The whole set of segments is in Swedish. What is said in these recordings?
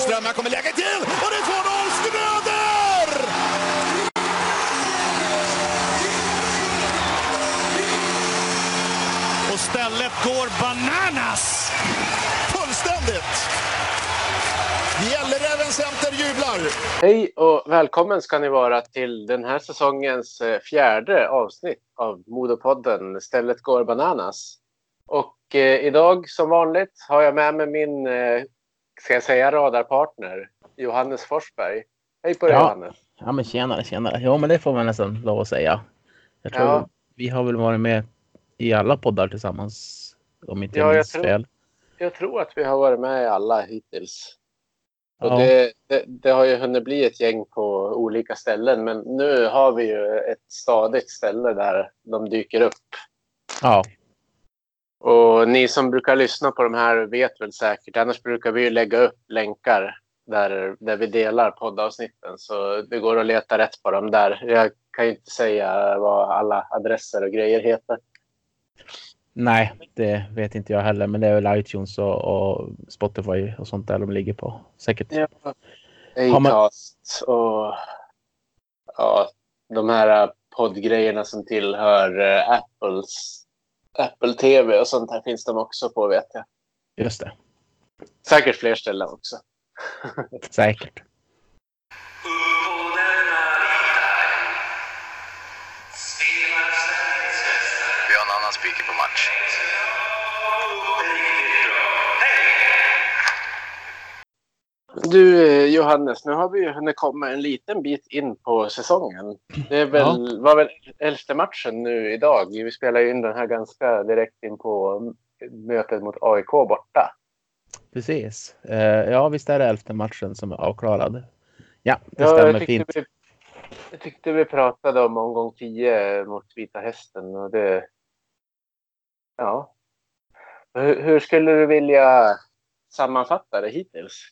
Söderström, här kommer läget till och det är 2-0 Schröder! Och stället går bananas! Fullständigt! Gälleräven Center jublar! Hej och välkommen ska ni vara till den här säsongens fjärde avsnitt av Modopodden Stället går bananas. Och idag som vanligt har jag med mig min, ska jag säga, radarpartner Johannes Forsberg. Hej på dig Johannes! Ja men tjenare. Ja men det får man nästan lov att säga. Jag tror vi har väl varit med i alla poddar tillsammans om inte jag minns fel. Jag tror att vi har varit med i alla hittills. Och Ja. det har ju hunnit bli ett gäng på olika ställen. Men nu har vi ju ett stadigt ställe där de dyker upp. Ja. Och ni som brukar lyssna på de här vet väl säkert. Annars brukar vi ju lägga upp länkar där vi delar poddavsnitten. Så det går att leta rätt på dem där. Jag kan ju inte säga vad alla adresser och grejer heter. Nej, det vet inte jag heller. Men det är väl iTunes och Spotify och sånt där de ligger på. Säkert. Ja. Acast och de här poddgrejerna som tillhör Apple TV och sånt här finns de också på, vet jag. Just det. Säkert fler ställen också. Säkert. Vi har en annan speaker på match. Du Johannes, nu har vi ju hunnit komma en liten bit in på säsongen. Det är var väl 11:e matchen nu idag. Vi spelar ju in den här ganska direkt in på mötet mot AIK borta. Precis. Ja, visst är det 11:e matchen som är avklarad. Ja, det stämmer fint. Jag tyckte vi pratade om omgång 10 mot Vita Hästen. Och det... Ja. Hur skulle du vilja sammanfatta det hittills?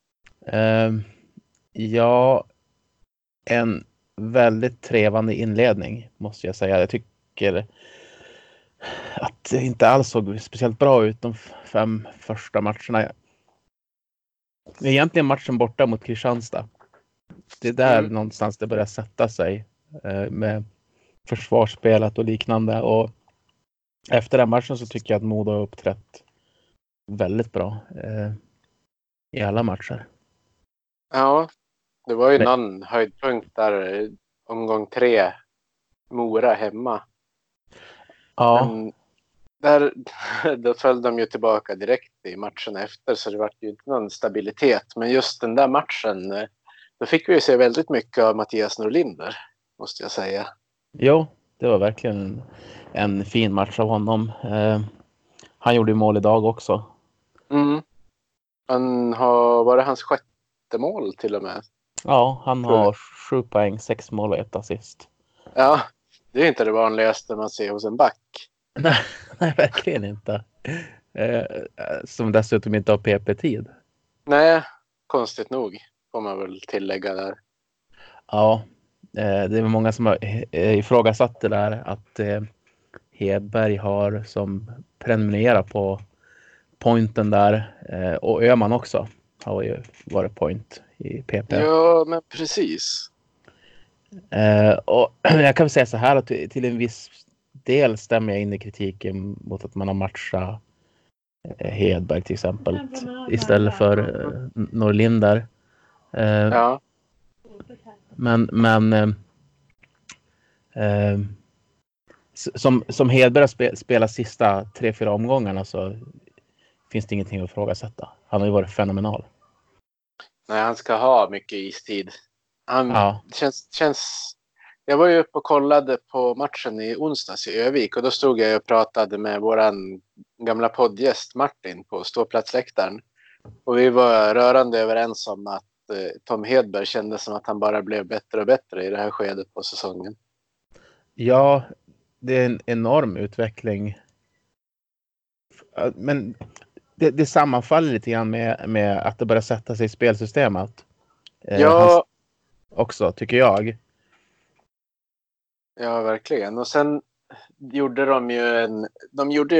Ja, en väldigt trevande inledning måste jag säga. Jag tycker att det inte alls såg speciellt bra ut de 5 första matcherna. Egentligen matchen borta mot Kristianstad. Det är där någonstans det börjar sätta sig med försvarsspelet och liknande. Och efter den matchen så tycker jag att Modo har uppträtt väldigt bra i alla matcher. Ja, det var ju någon höjdpunkt där omgång 3 Mora hemma. Ja. Men då föll de ju tillbaka direkt i matchen efter, så det var ju inte någon stabilitet. Men just den där matchen, då fick vi ju se väldigt mycket av Mattias Norlinder, måste jag säga. Jo, det var verkligen en fin match av honom. Han gjorde ju mål idag också. Var det hans 6:e mål till och med? Ja, han har 7 poäng, 6 mål och 1 assist. Ja, det är inte det vanligaste man ser hos en back. Nej, verkligen inte. Som dessutom inte har PP-tid. Nej, konstigt nog får man väl tillägga där. Ja, det är många som har ifrågasatt det där att Hedberg har som prenumererar på pointen där. Och Öhman också har ju varit point i PP. Ja, men precis. Och jag kan väl säga så här att till en viss del stämmer jag in i kritiken mot att man har matchat Hedberg till exempel istället för Norlinder. Ja. Men som Hedberg har spelat sista 3-4 omgångarna så finns det ingenting att ifrågasätta. Han har ju varit fenomenal. Nej, han ska ha mycket istid. Känns. Jag var ju uppe och kollade på matchen i onsdags i Övik och då stod jag och pratade med våran gamla poddgäst Martin på ståplatsläktaren. Och vi var rörande överens om att Tom Hedberg kände som att han bara blev bättre och bättre i det här skedet på säsongen. Ja, det är en enorm utveckling. Men det sammanfaller lite grann med att det börjar sätta sig i spelsystemet. Ja. Också, tycker jag. Ja, verkligen. Och sen gjorde de ju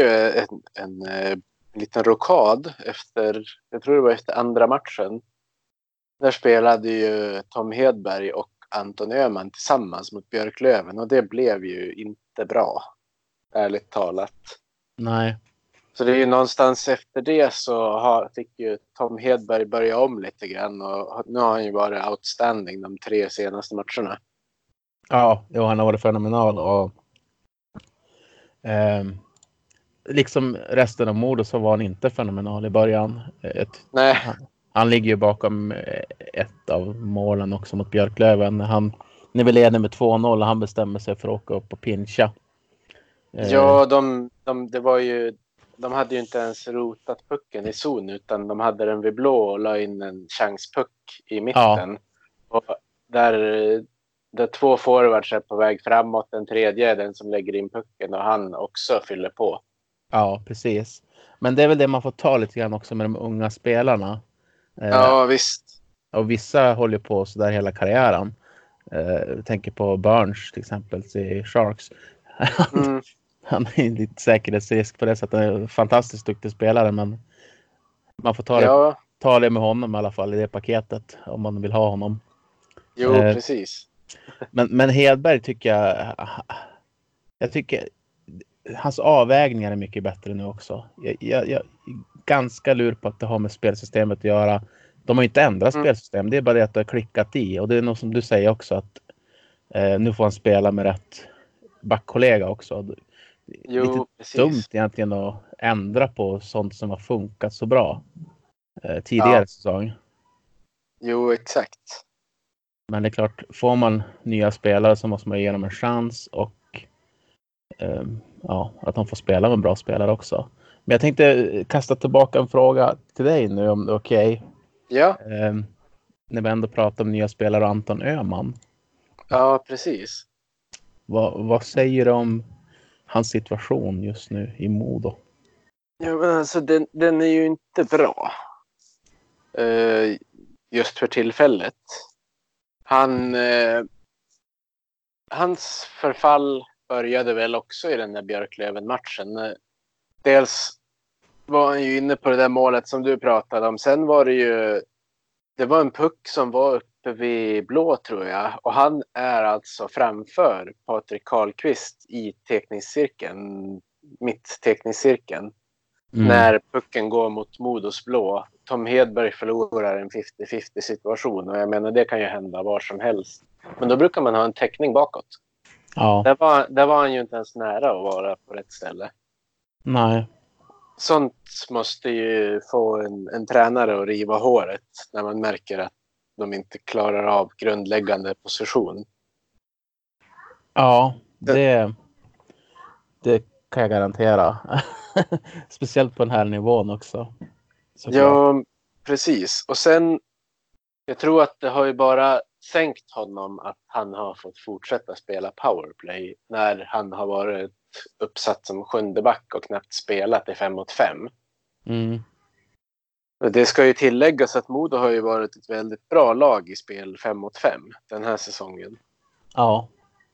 en liten rokad efter, jag tror det var efter andra matchen. Där spelade ju Tom Hedberg och Anton Öhman tillsammans mot Björklöven och det blev ju inte bra, ärligt talat. Nej. Så det är ju någonstans efter det så fick ju Tom Hedberg börja om lite grann och nu har han ju varit outstanding de 3 senaste matcherna. Ja, jo, han har varit fenomenal och liksom resten av Modo så var han inte fenomenal i början. Nej. Han ligger ju bakom ett av målen också mot Björklöven. När vi leder med 2-0 och han bestämmer sig för att åka upp och pincha. Ja, de hade ju inte ens rotat pucken i zon utan de hade den vid blå och la in en chanspuck i mitten. Ja. Och där 2 forwards är på väg framåt, den tredje är den som lägger in pucken och han också fyller på. Ja, precis. Men det är väl det man får ta lite grann också med de unga spelarna. Ja, visst. Och vissa håller på så där hela karriären. Jag tänker på Burns till exempel i Sharks. Han är en lite säkerhetsrisk på det sättet. Han är en fantastiskt duktig spelare, men man får ta det med honom i alla fall i det paketet om man vill ha honom. Jo, precis. Men Hedberg tycker jag tycker hans avvägningar är mycket bättre nu också. Jag är ganska lur på att det har med spelsystemet att göra. De har inte ändrat spelsystem. Det är bara det att det har klickat i. Och det är nog som du säger också att nu får han spela med rätt backkollega också. Jo, lite precis. Dumt egentligen att ändra på sånt som har funkat så bra tidigare säsong. Jo, exakt. Men det är klart, får man nya spelare så måste man ge dem en chans och att de får spela med bra spelare också. Men jag tänkte kasta tillbaka en fråga till dig nu om det är okej. Ja. När vi ändå pratar om nya spelare och Anton Öhman. Ja, precis. Vad säger du om hans situation just nu i Modo? Ja, men alltså den är ju inte bra. Just för tillfället. Hans förfall började väl också i den där Björklöven-matchen. Dels var han ju inne på det där målet som du pratade om. Sen var det var en puck som var uppe vid blå, tror jag. Och han är alltså framför Patrik Karlqvist i teckningscirkeln, mitt-teckningscirkeln. När pucken går mot Modos blå. Tom Hedberg förlorar en 50-50 situation. Och jag menar, det kan ju hända var som helst. Men då brukar man ha en täckning bakåt. Ja. Där var han ju inte ens nära att vara på rätt ställe. Nej. Sånt måste ju få en tränare att riva håret när man märker att de inte klarar av grundläggande position. Ja, det kan jag garantera. Speciellt på den här nivån också. Ja, precis. Och sen, jag tror att det har ju bara sänkt honom att han har fått fortsätta spela powerplay när han har varit uppsatt som 7:e back och knappt spelat i 5 mot 5. Det ska ju tilläggas att Modo har ju varit ett väldigt bra lag i spel 5 mot 5 den här säsongen. Ja.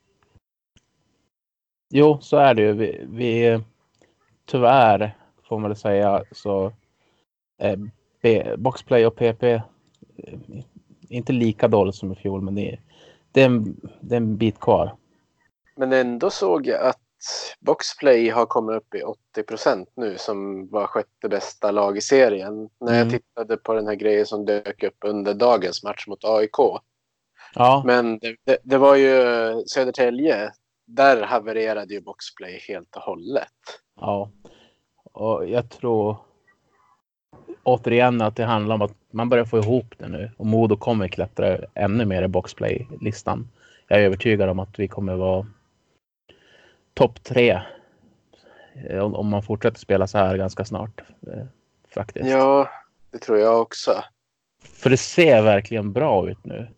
Jo, så är det ju. Vi tyvärr får man väl säga så boxplay och PP inte lika dåligt som i fjol, men det är en bit kvar. Men ändå såg jag att boxplay har kommit upp i 80% nu, som var 6:e bästa lag i serien. När jag tittade på den här grejen som dök upp under dagens match mot AIK. Ja. Men det var ju Södertälje. Där havererade ju boxplay helt och hållet. Ja. Och jag tror återigen att det handlar om att man börjar få ihop det nu. Och Modo kommer klättra ännu mer i boxplay-listan. Jag är övertygad om att vi kommer vara topp 3 om man fortsätter spela så här ganska snart faktiskt. Ja, det tror jag också. För det ser verkligen bra ut nu.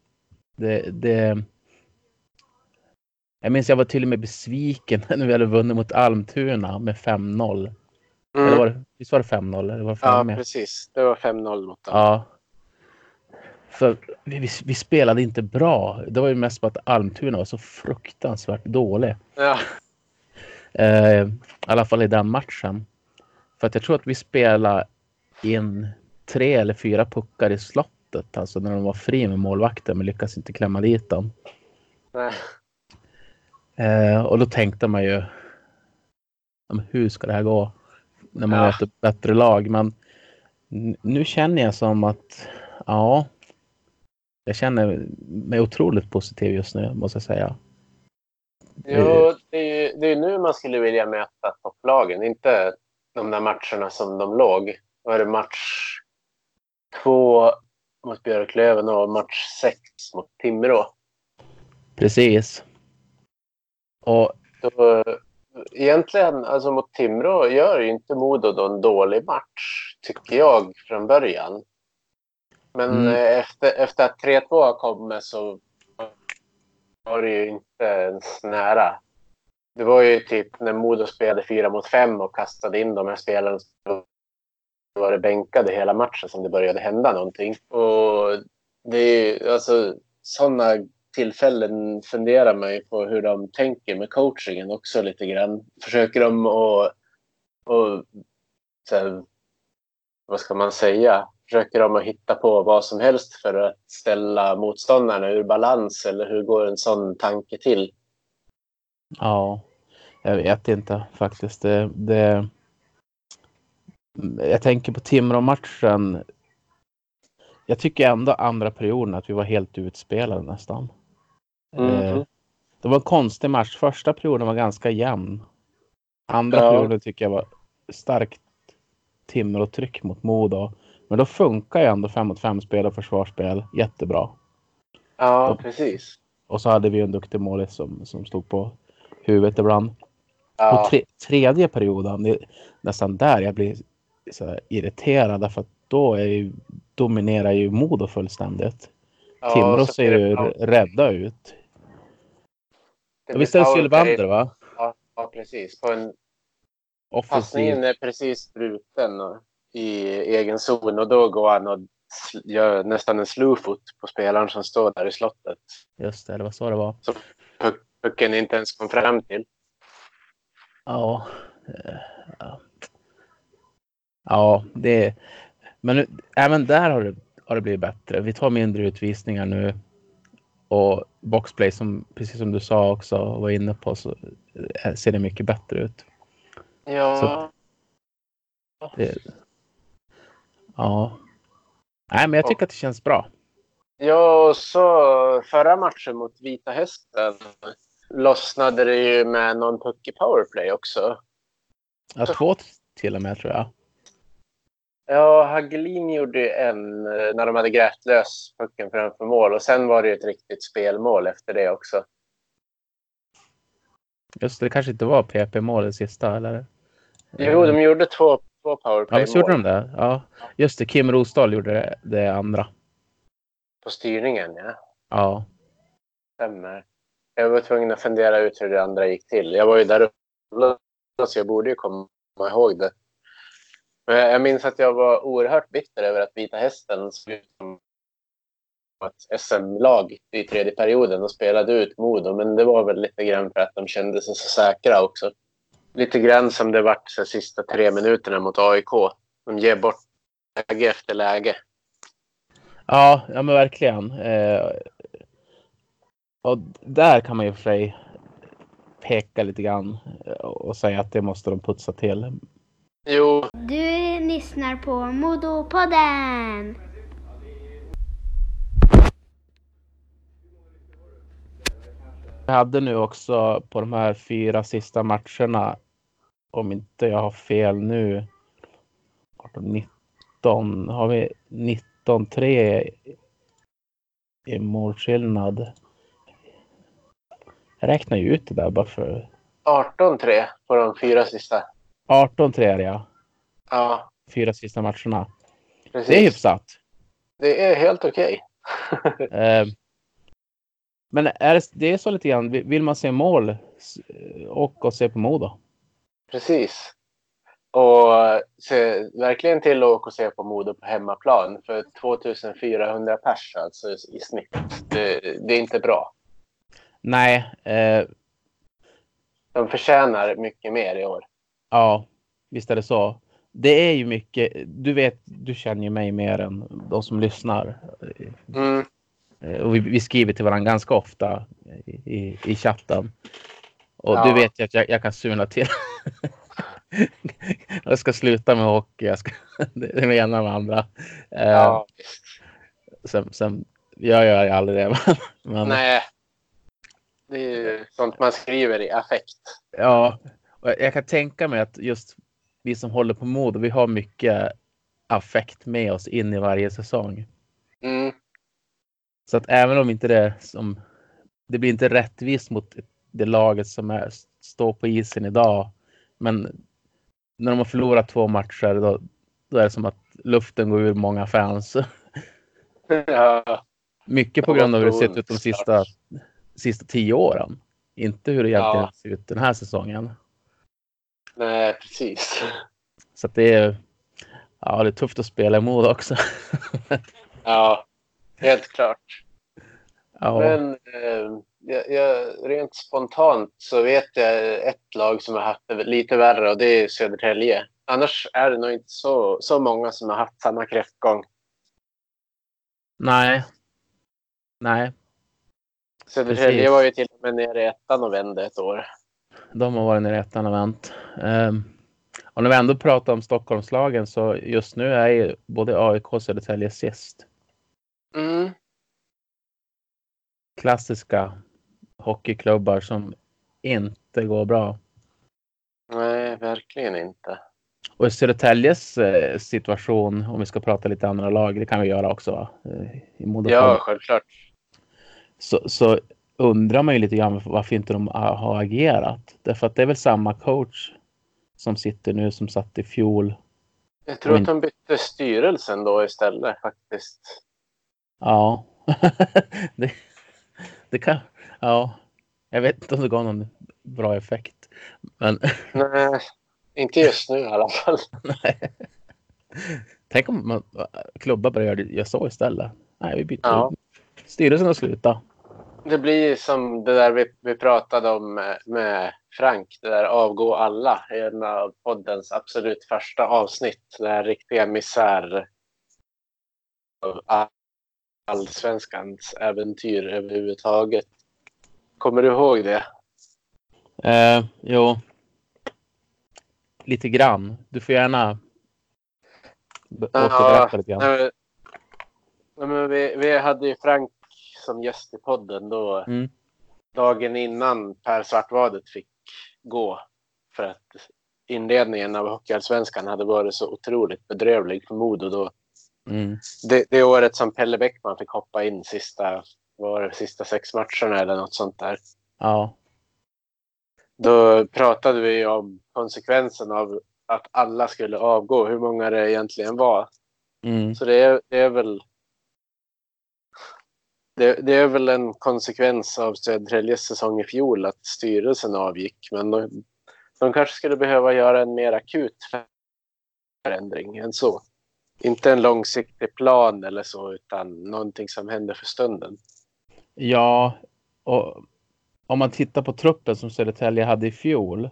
Jag minns jag var till och med besviken när vi hade vunnit mot Almtuna med 5-0. Eller visst var det 5-0? Eller var det 5-0? Ja, precis. Det var 5-0 mot dem. Ja. För vi spelade inte bra. Det var ju mest på att Almtuna var så fruktansvärt dålig. Ja. I alla fall i den matchen. För att jag tror att vi spelade in 3 eller 4 puckar i slott skottet. Alltså när de var fri med målvakten men lyckas inte klämma dit den. Nej. Och då tänkte man ju, men hur ska det här gå när man möter ett bättre lag? Men nu känner jag som att jag känner mig otroligt positiv just nu, måste jag säga. Jo, det är nu man skulle vilja möta topplagen, inte de där matcherna som de låg. Var det match 2 mot Björklöven och match 6 mot Timrå? Precis. Och då, egentligen, alltså mot Timrå gör ju inte Modo då en dålig match, tycker jag, från början. Men efter att 3-2 kom så var det ju inte ens nära. Det var ju typ när Modo spelade 4-5 och kastade in de här spelarna, så var det bänkade hela matchen som det började hända någonting. Och det är alltså sådana tillfällen funderar man ju på hur de tänker med coachingen också lite grann. Försöker de att så här, vad ska man säga? Försöker de att hitta på vad som helst för att ställa motståndarna ur balans, eller hur går en sån tanke till? ja, jag vet inte faktiskt. Jag tänker på Timrå-matchen. Jag tycker ändå andra perioden att vi var helt utspelade nästan. Det var en konstig match. Första perioden var ganska jämn. Andra perioden tycker jag var starkt Timrå-tryck mot Modo. Men då funkar ju ändå 5-mot-5-spel och försvarsspel jättebra. Ja, precis. Och så hade vi en duktig målis som stod på huvudet ibland. Ja. Och tredje perioden, det är nästan där jag blir så här irriterad. Därför att då dominerar ju Modo fullständigt. Ja, Timrå ser ju rädda ut. Visst är det Sylvander, va? Ja, precis. På en Offensiv. passningen är precis bruten i egen zon, och då går han och gör nästan en slowfoot på spelaren som står där i slottet. Just det, vad så det var. Så pucken inte ens kom fram till. Ja. Ja, det. Men nu, även där har det blivit bättre. Vi tar mindre utvisningar nu. Och boxplay, som precis som du sa också var inne på, så ser det mycket bättre ut. Ja. Så ja. Nej, men jag tycker att det känns bra. Ja, och så förra matchen mot Vita Hästen lossnade det ju med någon puck i powerplay också. Ja, 2 till och med, tror jag. Ja, Hagelin gjorde en när de hade grävt lös pucken framför mål, och sen var det ett riktigt spelmål efter det också. Just det kanske inte var PP-mål det sista, eller? Jo, de gjorde två powerplay-mål. Ja, visst gjorde de det? Ja, just det. Kim Rosdahl gjorde det andra. På styrningen, ja. Ja. Stämmer. Jag var tvungen att fundera ut hur det andra gick till. Jag var ju där uppe, så jag borde ju komma ihåg det. Men jag minns att jag var oerhört bitter över att Vita Hästen såg ut som ett SM-lag i tredje perioden och spelade ut Modo. Men det var väl lite grann för att de kände sig så säkra också. Lite grann som det vart de sista 3 minuterna mot AIK. De ger bort läge efter läge. Ja, men verkligen. Och där kan man ju för sig peka lite grann och säga att det måste de putsa till. Jo. Du lyssnar på Modopodden. Jag hade nu också på de här 4 sista matcherna, om inte jag har fel nu, 19, har vi 19-3 i målskillnad. Jag räknar ju ut det där bara för 18-3 på de 4 sista. 18-3 är det, ja. Ja. 4 sista matcherna. Precis. Det är hyfsat. Det är helt okej. Men det är så lite grann, vill man se mål och se på Modo? Precis. Och se verkligen till att åka och se på Modo på hemmaplan för 2400 pers alltså i snitt. Det är inte bra. Nej. De förtjänar mycket mer i år. Ja, visst är det så. det är ju mycket, du känner ju mig mer än de som lyssnar. Mm. Och vi skriver till varandra ganska ofta i chatten. Och Ja. du vet ju att jag kan surna till. Jag ska sluta med hockey. Det med ena och med andra. Ja. Sen jag gör jag aldrig det. Men, Nej. Det är ju sånt man skriver i affekt. ja, och jag kan tänka mig att just vi som håller på Modo, vi har mycket affekt med oss in i varje säsong. Mm. Så att även om inte det blir inte rättvist mot det laget som står på isen idag. Men när de har förlorat 2 matcher då är det som att luften går ur många fans. Ja. Mycket på grund av hur det sett ut de sista 10 åren. Inte hur det egentligen ser ut den här säsongen. Nej, precis. Så att det är tufft att spela emot också. Ja, helt klart. Ja. Men rent spontant så vet jag ett lag som har haft det lite värre, och det är Södertälje. Annars är det nog inte så många som har haft samma kräftgång. Nej. Södertälje Precis. var ju till och med nere i ettan och vände ett år. De har varit nere i ettan och vänt. Och när vi ändå pratar om Stockholmslagen, så just nu är ju både AIK och Södertälje sist. Mm. Klassiska hockeyklubbar som inte går bra. Nej, verkligen inte. Och i Södertäljes situation, om vi ska prata lite andra lag, det kan vi göra också, va? I Ja, självklart. Så undrar man ju lite grann varför inte de har agerat. Därför att det är väl samma coach som sitter nu som satt i fjol. Jag tror att de bytte styrelsen då istället faktiskt. Ja. det kan... Ja. Jag vet inte om det gav någon bra effekt. Men... Nej, inte just nu i alla fall. Nej. Tänk om klubbar börjar göra så istället. Nej, vi byter. Ja. Styrelsen har slutat. Det blir som det där vi pratade om med Frank. Det där avgå alla. En av poddens absolut första avsnitt. Det här riktiga misär av allsvenskans äventyr överhuvudtaget. Kommer du ihåg det? Jo. Lite grann. Du får gärna återberätta lite grann. Men vi hade ju Frank som gäst i podden då. Mm. Dagen innan Per Svartvadet fick gå. För att inledningen av Hockeyallsvenskan hade varit så otroligt bedrövlig för Modo då. Mm. Det året som Pelle Bäckman fick hoppa in sista 6 matcherna eller något sånt där. Ja. Då pratade vi om konsekvensen av att alla skulle avgå. Hur många det egentligen var. Mm. Så det är väl... Det är väl en konsekvens av Södertäljes säsong i fjol att styrelsen avgick. Men de kanske skulle behöva göra en mer akut förändring än så. Inte en långsiktig plan eller så, utan någonting som händer för stunden. Ja, och om man tittar på truppen som Södertälje hade i fjol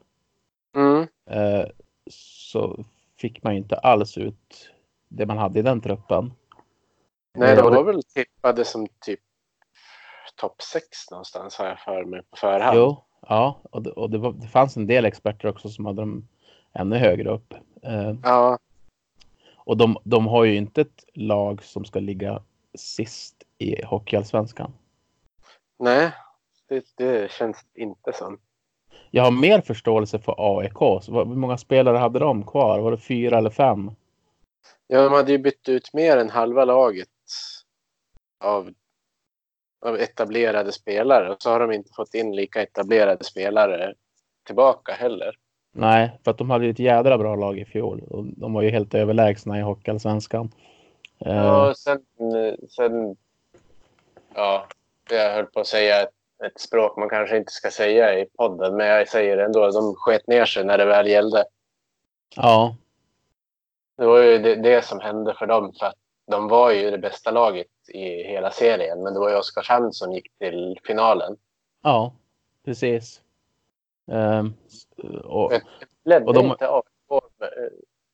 så fick man ju inte alls ut det man hade i den truppen. Nej, de var väl tippade som typ topp 6 någonstans, har jag för mig på förhand. Jo, ja, och det fanns en del experter också som hade dem ännu högre upp. Ja. Och de har ju inte ett lag som ska ligga sist i Hockeyallsvenskan. Nej, det känns inte som. Jag har mer förståelse för AIK. Så hur många spelare hade de kvar? Var det 4 eller 5? Ja, de hade ju bytt ut mer än halva laget av etablerade spelare. Och så har de inte fått in lika etablerade spelare tillbaka heller. Nej, för att de hade ju ett jädra bra lag i fjol. Och de var ju helt överlägsna i Hockeyallsvenskan. Ja, sen ja, jag höll på att säga ett språk man kanske inte ska säga i podden, men jag säger det ändå. De sket ner sig när det väl gällde. Ja. Det var ju det som hände för dem, för att de var ju det bästa laget i hela serien, men det var ju Oskarshamn som gick till finalen. Ja, precis. Och de inte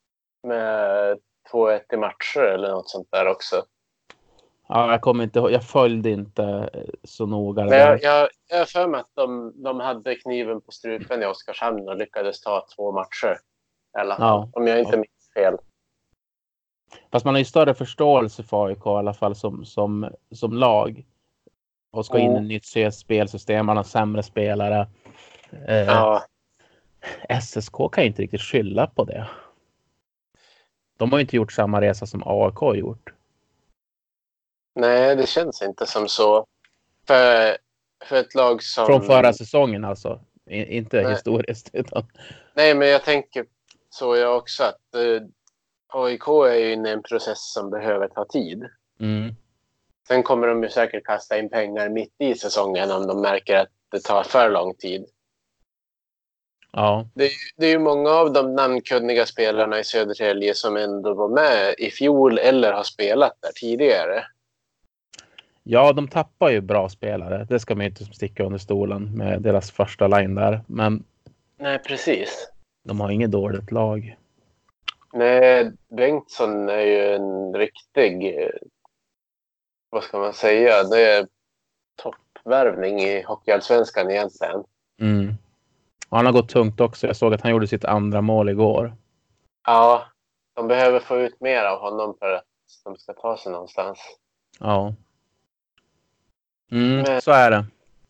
med 2-1 i matcher eller något sånt där också. Ja, jag kommer inte ihåg. Jag följde inte så noga det Men där. jag har för mig att de hade kniven på strupen i Oskarshamn och lyckades ta 2 matcher. I alla fall, Ja. om jag inte minns fel. Fast man har ju större förståelse för AIK i alla fall som lag. Och ska in i ett nytt spelsystem. Man har sämre spelare. Ja, SSK kan ju inte riktigt skylla på det. De har ju inte gjort samma resa som AIK har gjort. nej, det känns inte som så. För ett lag som... Från förra säsongen alltså. Inte Nej. historiskt. Utan... Nej, men jag tänker så jag också att AIK är ju inne i en process som behöver ta tid. Mm. Sen kommer de ju säkert kasta in pengar mitt i säsongen om de märker att det tar för lång tid. Ja. Det är ju många av de namnkunniga spelarna i Södertälje som ändå var med i fjol eller har spelat där tidigare. Ja, de tappar ju bra spelare. Det ska man ju inte sticka under stolen med deras första line där. Men Nej, precis. de har inget dåligt lag. Nej, Bengtsson är ju en riktig, vad ska man säga, det är toppvärvning i Hockeyallsvenskan egentligen. Mm. Och han har gått tungt också. Jag såg att han gjorde sitt andra mål igår. Ja, de behöver få ut mer av honom för att de ska ta sig någonstans. Ja. Mm, Men- så är det.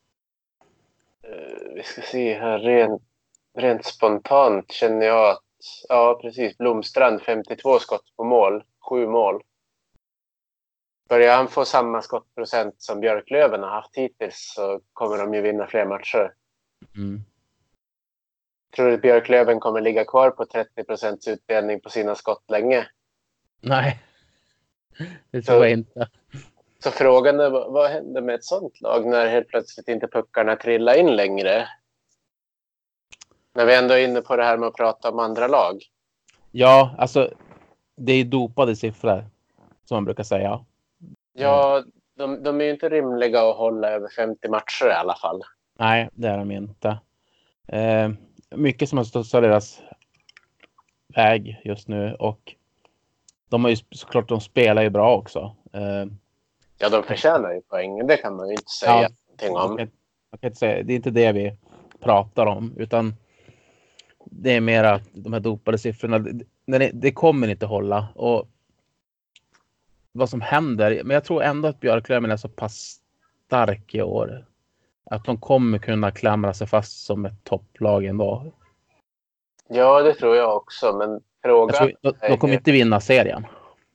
Vi ska se här, rent spontant känner jag att, ja precis, Blomstrand 52 skott på mål, 7 mål. Börjar han få samma skottprocent som Björklöven har haft hittills så kommer de ju vinna fler matcher. Mm. Tror du att Björklöven kommer ligga kvar på 30% utdelning på sina skott länge? Nej, det tror jag inte. Så frågan är, vad händer med ett sånt lag när helt plötsligt inte puckarna trillar in längre? När vi ändå är inne på det här med att prata om andra lag. Ja, alltså det är dopade siffror som man brukar säga. Ja, de är ju inte rimliga att hålla över 50 matcher i alla fall. Nej, det är de inte. Mycket som har stått så deras väg just nu och de har ju såklart, de spelar ju bra också. Ja, de förtjänar ju poäng. Det kan man ju inte säga någonting om. Man kan inte säga, det är inte det vi pratar om, utan det är mer att de här dopade siffrorna, det kommer inte hålla. Och vad som händer, men jag tror ändå att Björklöven är så pass stark i år att de kommer kunna klamra sig fast som ett topplag ändå. Ja, det tror jag också. Men frågan... De kommer inte vinna serien.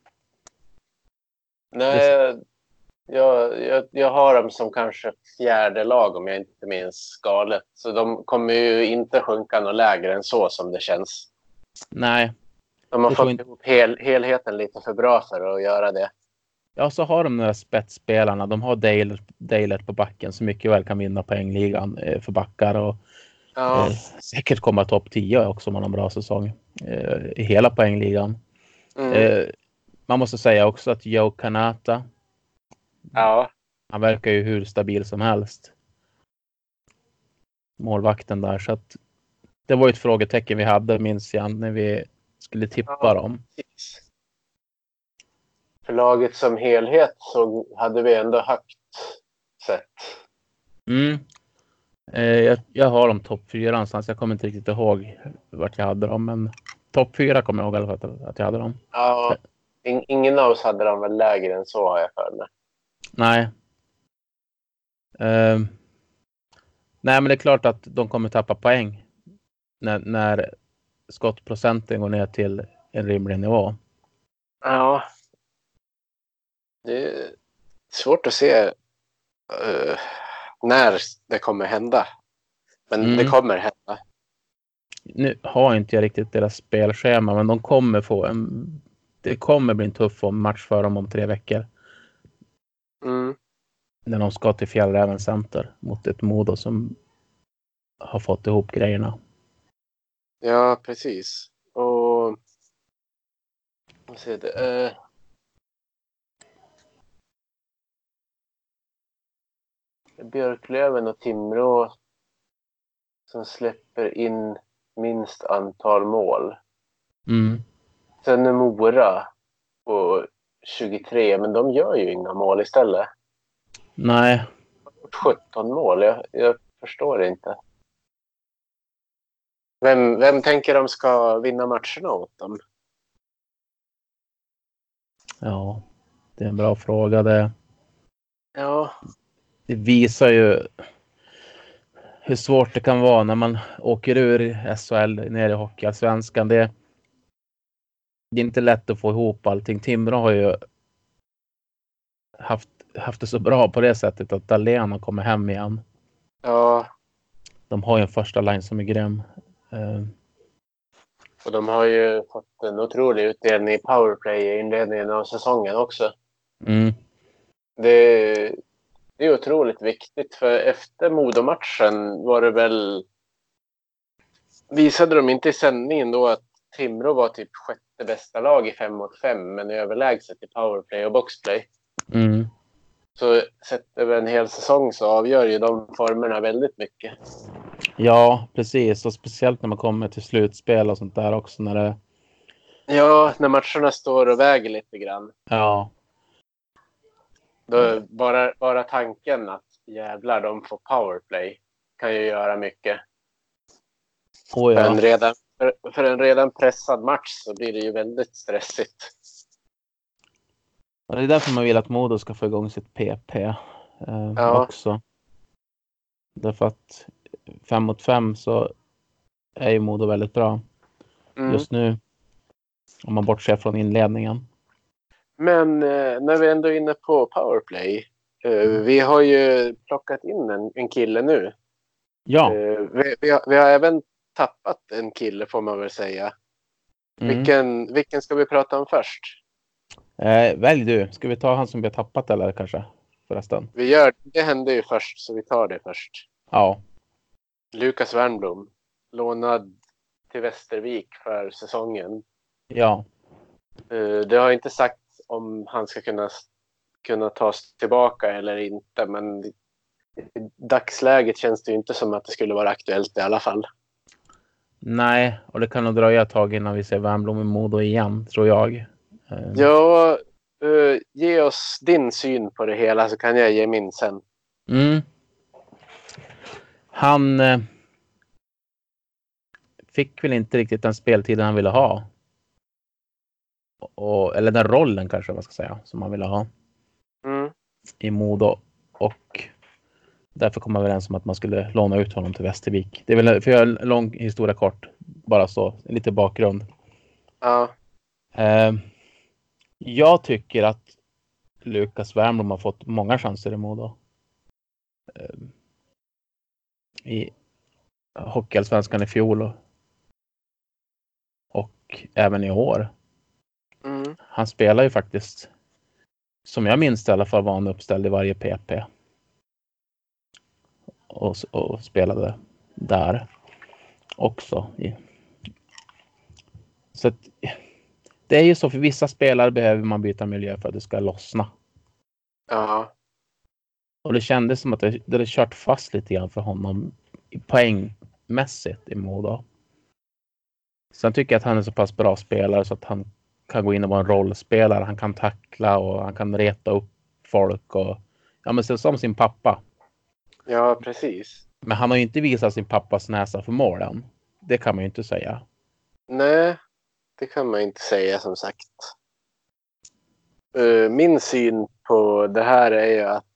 Nej, jag har dem som kanske fjärde lag om jag inte minns galet. Så de kommer ju inte sjunka något lägre än så som det känns. Nej. De har fått ihop helheten lite för bra för att göra det. Ja, så har de några spetsspelarna. De har Dale på backen som mycket väl kan vinna poängligan för backar och säkert komma topp 10 också om man har en bra säsong i hela poängligan. Man måste säga också att Joe Kanata, han verkar ju hur stabil som helst. Målvakten där, så att det var ett frågetecken vi hade, minns jag, när vi skulle tippa dem. Precis. För laget som helhet så hade vi ändå högt sett. Jag har dem topp 4 någonstans. Jag kommer inte riktigt ihåg vart jag hade dem, men topp 4 kommer jag ihåg i alla fall att jag hade dem. Ja, ingen av oss hade dem väl lägre än så, har jag för mig. Nej. Nej, men det är klart att de kommer tappa poäng när skottprocenten går ner till en rimlig nivå. Ja. Det är svårt att se när det kommer hända. Men det kommer hända. Nu har inte jag riktigt deras spelschema, men de kommer få det kommer bli en tuff match för dem om 3 veckor. När de ska till Fjällräven Center mot ett Modo som har fått ihop grejerna. Ja, precis. Och vad säger det? Björklöven och Timrå som släpper in minst antal mål. Sen är Mora på 23, men de gör ju inga mål istället. Nej, 17 mål, jag förstår inte. Vem tänker de ska vinna matcherna åt dem? ja, det är en bra fråga. Det Ja, visar ju hur svårt det kan vara när man åker ur SHL ner i Hockeyallsvenskan. Det är inte lätt att få ihop allting. Timrå har ju haft det så bra på det sättet att Dahlén har kommit hem igen. ja, De har ju en första line som är grym. och de har ju fått en otrolig utdelning i powerplay i inledningen av säsongen också. Mm. Det är otroligt viktigt, för efter Modo-matchen var det väl... Visade de inte i sändningen då att Timrå var typ sjätte bästa lag i 5-mot-5, men överlägset i powerplay och boxplay. Mm. Så sett över en hel säsong så avgör ju de formerna väldigt mycket. Ja, precis. Och speciellt när man kommer till slutspel och sånt där också. När det... Ja, när matcherna står och väger lite grann. Ja, Då bara tanken att jävlar, de får powerplay kan ju göra mycket. oh, ja. För en redan pressad match så blir det ju väldigt stressigt. Och det är därför man vill att Modo ska få igång sitt PP Ja. också. Därför att 5-mot-5 så är ju Modo väldigt bra just nu. Om man bortser från inledningen. Men när vi ändå är inne på powerplay. Vi har ju plockat in en kille nu. Ja. Vi har även tappat en kille, får man väl säga. Vilken ska vi prata om först? Välj du. Ska vi ta han som vi har tappat eller kanske förresten? Det hände ju först, så vi tar det först. Ja. Lukas Wernbloom, lånad till Västervik för säsongen. Ja. Det har inte sagt om han ska kunna tas tillbaka eller inte, men i dagsläget känns det ju inte som att det skulle vara aktuellt i alla fall. Nej, och det kan nog dröja ett tag innan vi ser Wernbloom i Modo igen, tror jag. Ja, ge oss din syn på det hela så kan jag ge min sen. Han fick väl inte riktigt den speltiden han ville ha. Eller den rollen kanske man ska säga som han ville ha i Modo, och därför kom man överens om att man skulle låna ut honom till Västervik. Det är väl, för jag har en lång historia kort, bara så lite bakgrund. Ja. Jag tycker att Lukas Wernbloom har fått många chanser i Modo. I Hockeyallsvenskan i fjol och även i år. Han spelar ju faktiskt, som jag minns i alla fall, var han uppställd i varje PP. Och spelade där också. Så att, det är ju så, för vissa spelare behöver man byta miljö för att det ska lossna. Ja. Och det kändes som att det hade kört fast lite grann för honom poängmässigt i Modo. Sen tycker jag att han är så pass bra spelare så att han kan gå in och vara en rollspelare. Han kan tackla och han kan reta upp folk och men som sin pappa. Ja, precis. Men han har ju inte visat sin pappas näsa för målen. Det kan man ju inte säga. Nej, det kan man inte säga, som sagt. Min syn på det här är ju att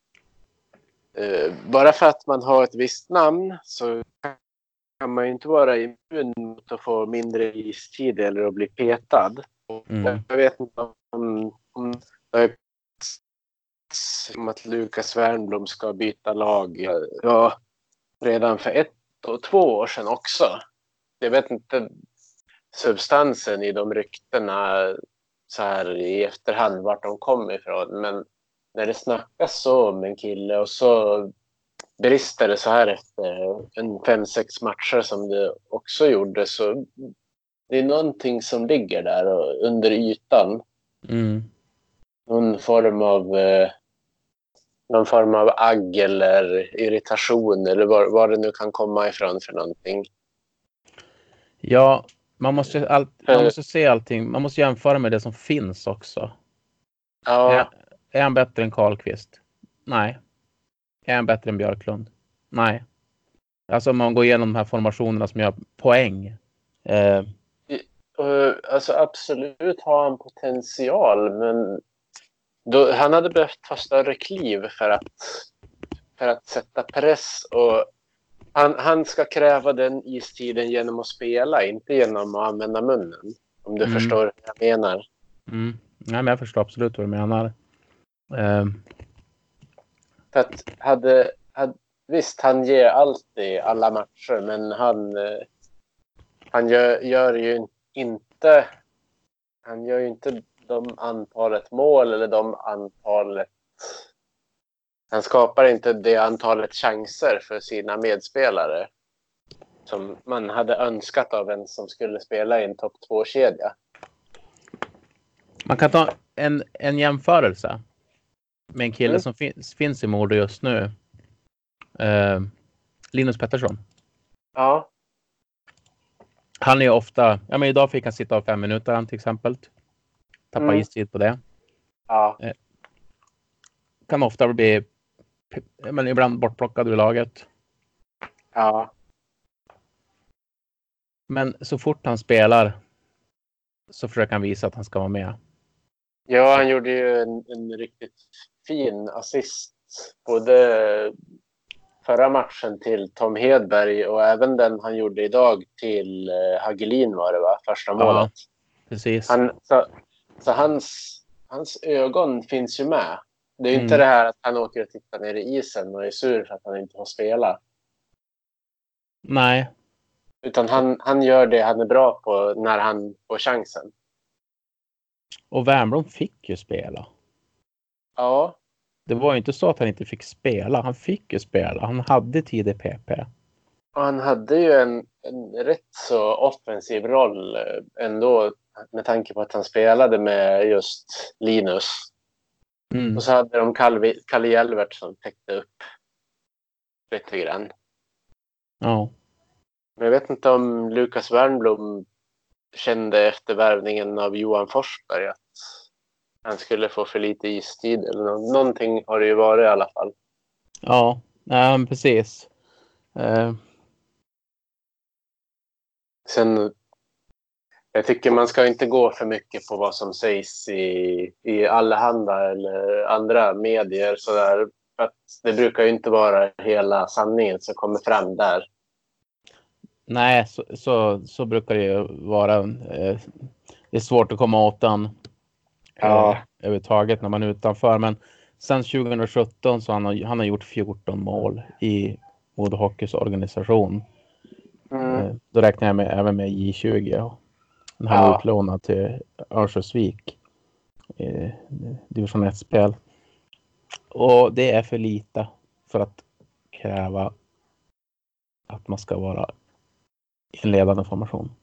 bara för att man har ett visst namn så kan man ju inte vara immun mot att få mindre istid eller att bli petad. Jag vet inte om det är som att Lukas Wernbloom ska byta lag. Ja, redan för 1 och 2 år sedan också. Jag vet inte substansen i de ryktena så här i efterhand vart de kom ifrån, men när det snackas så om en kille och så brister det så här efter 5-6 matcher som det också gjorde, så det är någonting som ligger där och under ytan. Någon form av agg eller irritation eller var det nu kan komma ifrån för någonting. Ja, Man måste se allting. Man måste jämföra med det som finns också. Ja, Är han bättre än Karlqvist? Nej. Är han bättre än Björklund? Nej. Alltså om man går igenom de här formationerna som gör poäng. alltså absolut har han potential, men han hade behövt ta större kliv för att sätta press, och han ska kräva den istiden genom att spela, inte genom att använda munnen, om du förstår vad jag menar. Nej, men jag förstår absolut vad du menar. För att visst, han ger allt i alla matcher, men han gör ju inte de antalet mål eller han skapar inte det antalet chanser för sina medspelare som man hade önskat av en som skulle spela i en topp 2-kedja. Man kan ta en jämförelse med en kille som finns i Modo just nu. Linus Pettersson. Ja. Han är ofta, men idag fick han sitta av 5 minuter han till exempel. Tappa istid på det. Ja. Kan ofta bli ibland bortplockad ur laget. Ja. Men så fort han spelar så försöker han visa att han ska vara med. Ja, han gjorde ju en riktigt fin assist både förra matchen till Tom Hedberg och även den han gjorde idag till Hagelin, var det va? Första målet. Precis. Så hans ögon finns ju med. Det är ju inte det här att han åker och tittar ner i isen och är sur för att han inte får spela. Nej. Utan han gör det han är bra på när han får chansen. Och Wernbloom fick ju spela. Ja. Det var ju inte så att han inte fick spela. Han fick ju spela. Han hade tid i PP. Och han hade ju en rätt så offensiv roll ändå, med tanke på att han spelade med just Linus. Och så hade de Kalle Hjelvert som täckte upp lite grann. Ja. Men jag vet inte om Lukas Wernbloom kände efter värvningen av Johan Forsberg att han skulle få för lite istid eller någonting har det ju varit i alla fall. Ja, precis. Sen jag tycker man ska inte gå för mycket på vad som sägs i Allehanda eller andra medier så där, för att det brukar ju inte vara hela sanningen som kommer fram där. Nej, så brukar det ju vara. Det är svårt att komma åt den överhuvudtaget när man är utanför. Men sen 2017 så han har gjort 14 mål i Modo Hockeys organisation. Då räknar jag även med J20. Han är utlånad till Örnsköldsvik i division 1-spel. Och det är för lite för att kräva att man ska vara i en ledande formation.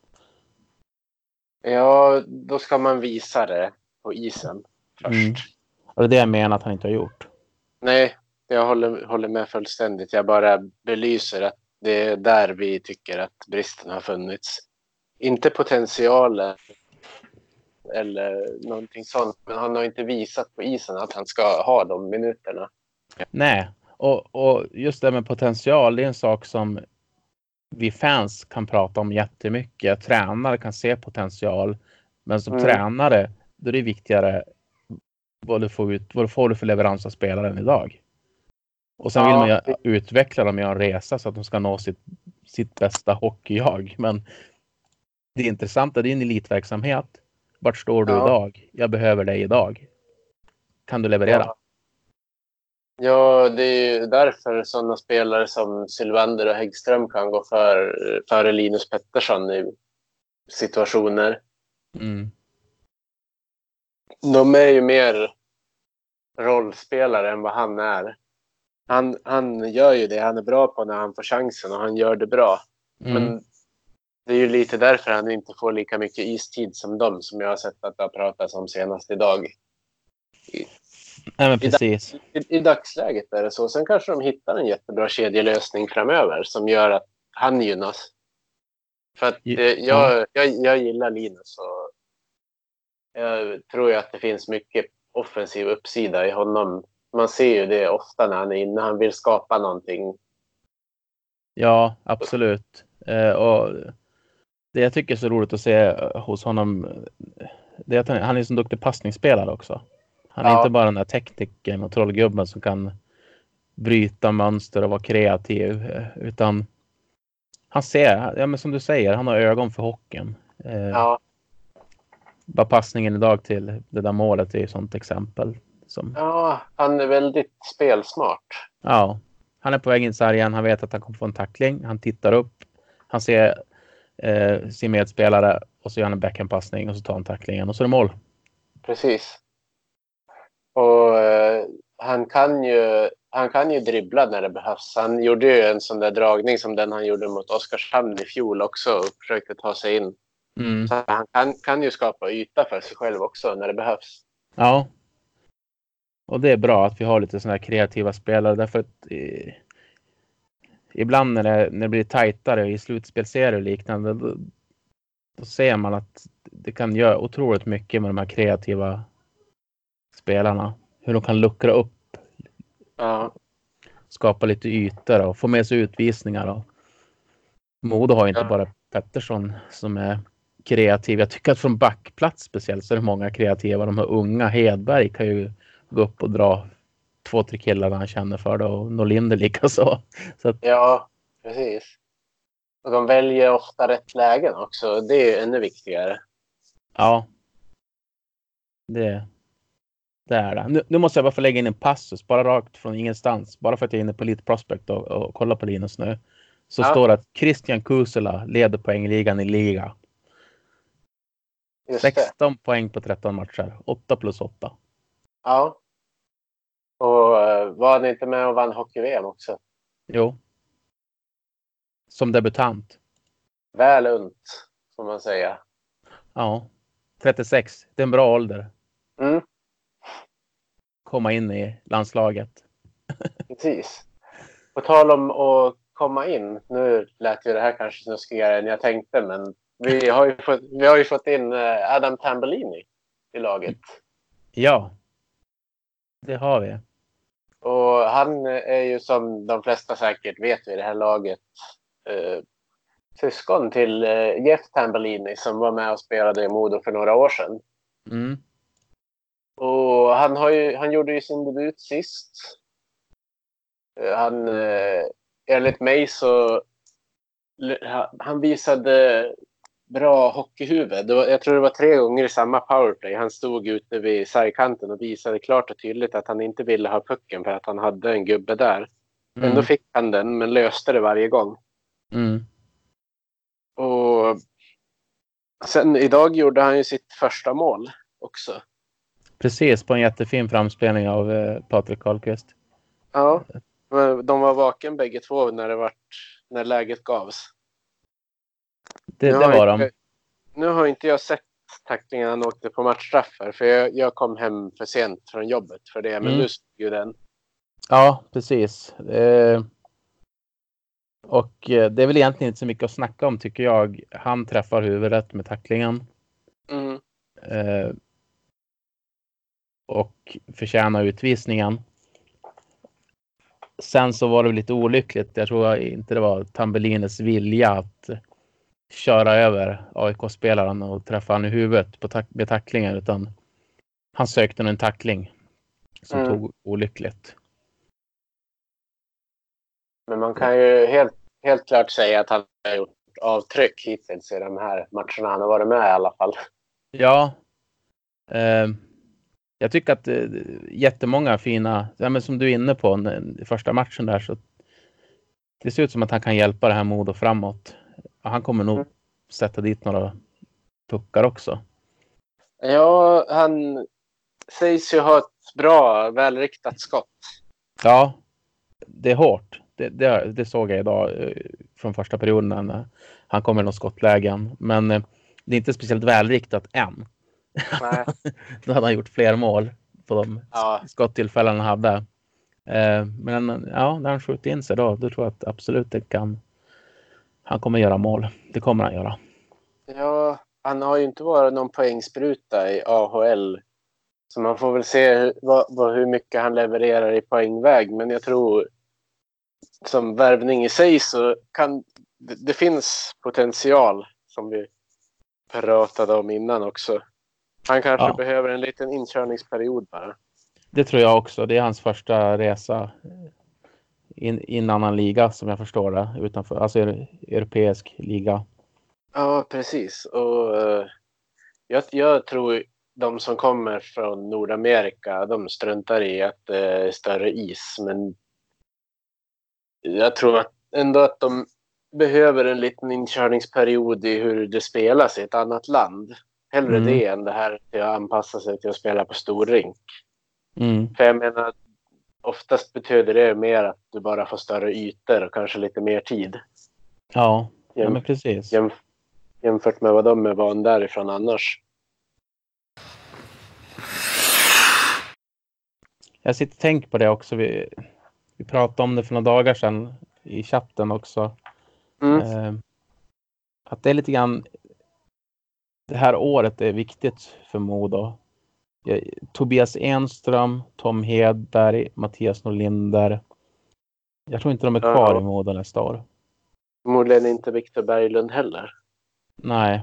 Ja, då ska man visa det på isen först. Och det är det jag menar att han inte har gjort. Nej, jag håller med fullständigt. Jag bara belyser att det är där vi tycker att bristen har funnits. Inte potentialen eller någonting sånt, men han har inte visat på isen att han ska ha de minuterna. Nej, och just det med potential, det är en sak som vi fans kan prata om jättemycket. Tränare kan se potential, men som tränare då är det viktigare vad du får för leverans av spelaren idag. Och sen vill man ju utveckla dem och göra en resa så att de ska nå sitt bästa hockeyjag. Men det intressanta, det är en elitverksamhet. Vart står du idag? Jag behöver dig idag. Kan du leverera? Ja, det är ju därför sådana spelare som Sylvander och Häggström kan gå före Linus Pettersson i situationer. De är ju mer rollspelare än vad han är. Han gör ju det han är bra på när han får chansen och han gör det bra. Men det är ju lite därför han inte får lika mycket istid som de som jag har sett att det har pratats om senast idag. Nej, men precis. I dagsläget är det så. Sen kanske de hittar en jättebra kedjelösning framöver som gör att han gynnas. För att jag gillar Linus och jag tror ju att det finns mycket offensiv uppsida i honom. Man ser ju det ofta när han är inne. Han vill skapa någonting. Ja, absolut. Och det jag tycker är så roligt att se hos honom, det är att han är så duktig passningsspelare också. Han är inte bara den där teknikern och trollgubben som kan bryta mönster och vara kreativ, utan han ser, ja men som du säger, han har ögon för hockeyn. Bara passningen idag till det där målet är ju sånt exempel. Ja, han är väldigt spelsmart. Ja, han är på väg in i sargen, han vet att han kommer få en tackling, han tittar upp, han ser sin medspelare och så gör han en backhandpassning och så tar han tacklingen och så är det mål. Precis. Och han kan ju dribbla när det behövs. Han gjorde ju en sån där dragning som den han gjorde mot Oskarshamn i fjol också och försökte ta sig in. Så han kan ju skapa yta för sig själv också när det behövs. Ja. Och det är bra att vi har lite såna här kreativa spelare därför att ibland när det blir tajtare i slutspelserier och liknande då ser man att det kan göra otroligt mycket med de här kreativa spelarna. Hur de kan luckra upp. Ja. Skapa lite ytor och få med sig utvisningar. Och Modo har inte bara Pettersson som är kreativ. Jag tycker att från backplats speciellt så är det många kreativa. De här unga Hedberg kan ju gå upp och dra 2-3 killar han känner för det. Och Norlinder lika så. Ja, precis. Och de väljer ofta rätt lägen också. Det är ännu viktigare. Ja. Det är det. Nu måste jag bara få lägga in en passus. Bara rakt från ingenstans. Bara för att jag är inne på Elite Prospect och kollar på Linus nu. Så står det att Christian Kusela leder poängligan i liga. 16 poäng på 13 matcher. 8+8. Ja. Och var han inte med och vann hockey-VM också? Jo. Som debutant. Väl unt, får man säga. Ja. 36. Det är en bra ålder. Mm. Komma in i landslaget. Precis. På tal om att komma in. Nu lät ju det här kanske snuskigare än jag tänkte. Men vi har ju fått in Adam Tambellini i laget. Ja. Det har vi. Och han är ju som de flesta säkert vet i det här laget syskon till Jeff Tambellini som var med och spelade i Modo för några år sedan. Mm. Och han gjorde ju sin debut sist. Enligt mig så han visade bra hockeyhuvud. Jag tror det var 3 gånger i samma powerplay. Han stod ute vid sargkanten och visade klart och tydligt att han inte ville ha pucken för att han hade en gubbe där. Men då fick han den, men löste det varje gång. Mm. Och sen idag gjorde han ju sitt första mål också. Precis, på en jättefin framspelning av Patrik Karlqvist. Ja, de var vaken bägge två när läget gavs. Det var de. Nu har inte jag sett tacklingen han åkte på matchstraffar. För jag kom hem för sent från jobbet för det. Men nu stod ju den. Ja, precis. Och det är väl egentligen inte så mycket att snacka om tycker jag. Han träffar huvudet med tacklingen. Mm. Och förtjänar utvisningen. Sen så var det lite olyckligt. Jag tror inte det var Tambellines vilja att köra över AIK-spelaren och träffa han i huvudet med tacklingen, utan han sökte en tackling som tog olyckligt. Men man kan ju helt klart säga att han har gjort avtryck hittills i de här matcherna han har varit med i alla fall. Ja. Jag tycker att jättemånga fina, men som du är inne på i första matchen där, så det ser ut som att han kan hjälpa det här Modo framåt. Han kommer nog sätta dit några puckar också. Ja, han sägs ju ha ett bra, välriktat skott. Ja, det är hårt. Det såg jag idag från första perioden när han kommer i något skottlägen. Men det är inte speciellt välriktat än. Nej. Då hade han gjort fler mål på de skottillfällen han hade. Men när han skjuter in sig då tror jag att absolut det kan Han kommer göra mål. Det kommer han göra. Ja, han har ju inte varit någon poängspruta i AHL. Så man får väl se hur mycket han levererar i poängväg. Men jag tror som värvning i sig så kan det finns potential som vi pratade om innan också. Han kanske behöver en liten inkörningsperiod bara. Det tror jag också. Det är hans första resa i en annan liga som jag förstår det. Utanför, alltså europeisk liga. Ja, precis. Och jag tror de som kommer från Nordamerika, de struntar i att det är större is. Men jag tror ändå att de behöver en liten inkörningsperiod i hur det spelas i ett annat land. Hellre det än det här till att anpassa sig till att spela på stor rink. För jag menar, oftast betyder det mer att du bara får större ytor och kanske lite mer tid. Ja, men precis. Jämfört med vad de är van därifrån annars. Jag sitter och tänker på det också. Vi pratade om det för några dagar sedan i chatten också. Att det är lite grann det här året är viktigt för Modo. Tobias Enström, Tom Hedberg, Mattias Norlinder. Jag tror inte de är kvar i Modo nästa år. Förmodligen inte Victor Berglund heller. Nej.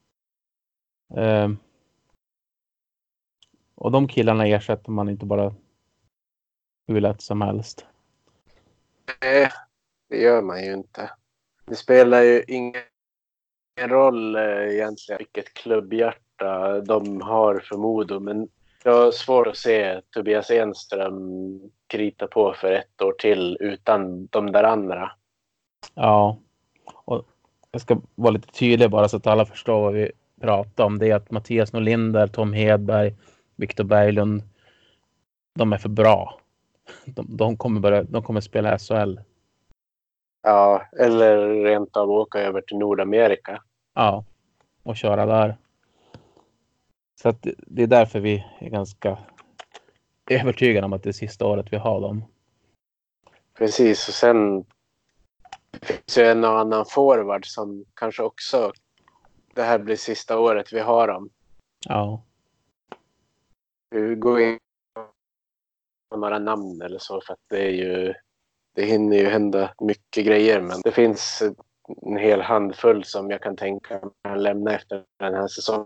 Och de killarna ersätter man inte bara hur lätt som helst. Nej, det gör man ju inte. Det spelar ju ingen roll egentligen vilket klubbhjärta de har för Modo. Men jag har svårt att se Tobias Enström krita på för 1 år till utan de där andra. Ja, och jag ska vara lite tydlig bara så att alla förstår vad vi pratar om. Det är att Mattias Norlinder, Tom Hedberg, Victor Berglund, de är för bra. De kommer spela SHL. Ja, eller rent av åka över till Nordamerika. Ja, och köra där. Så att det är därför vi är ganska övertygade om att det är sista året vi har dem. Precis, och sen finns ju en och annan forward som kanske också det här blir sista året vi har dem. Ja. Vi går in på några namn eller så för att det hinner ju hända mycket grejer, men det finns en hel handfull som jag kan tänka mig att lämna efter den här säsongen.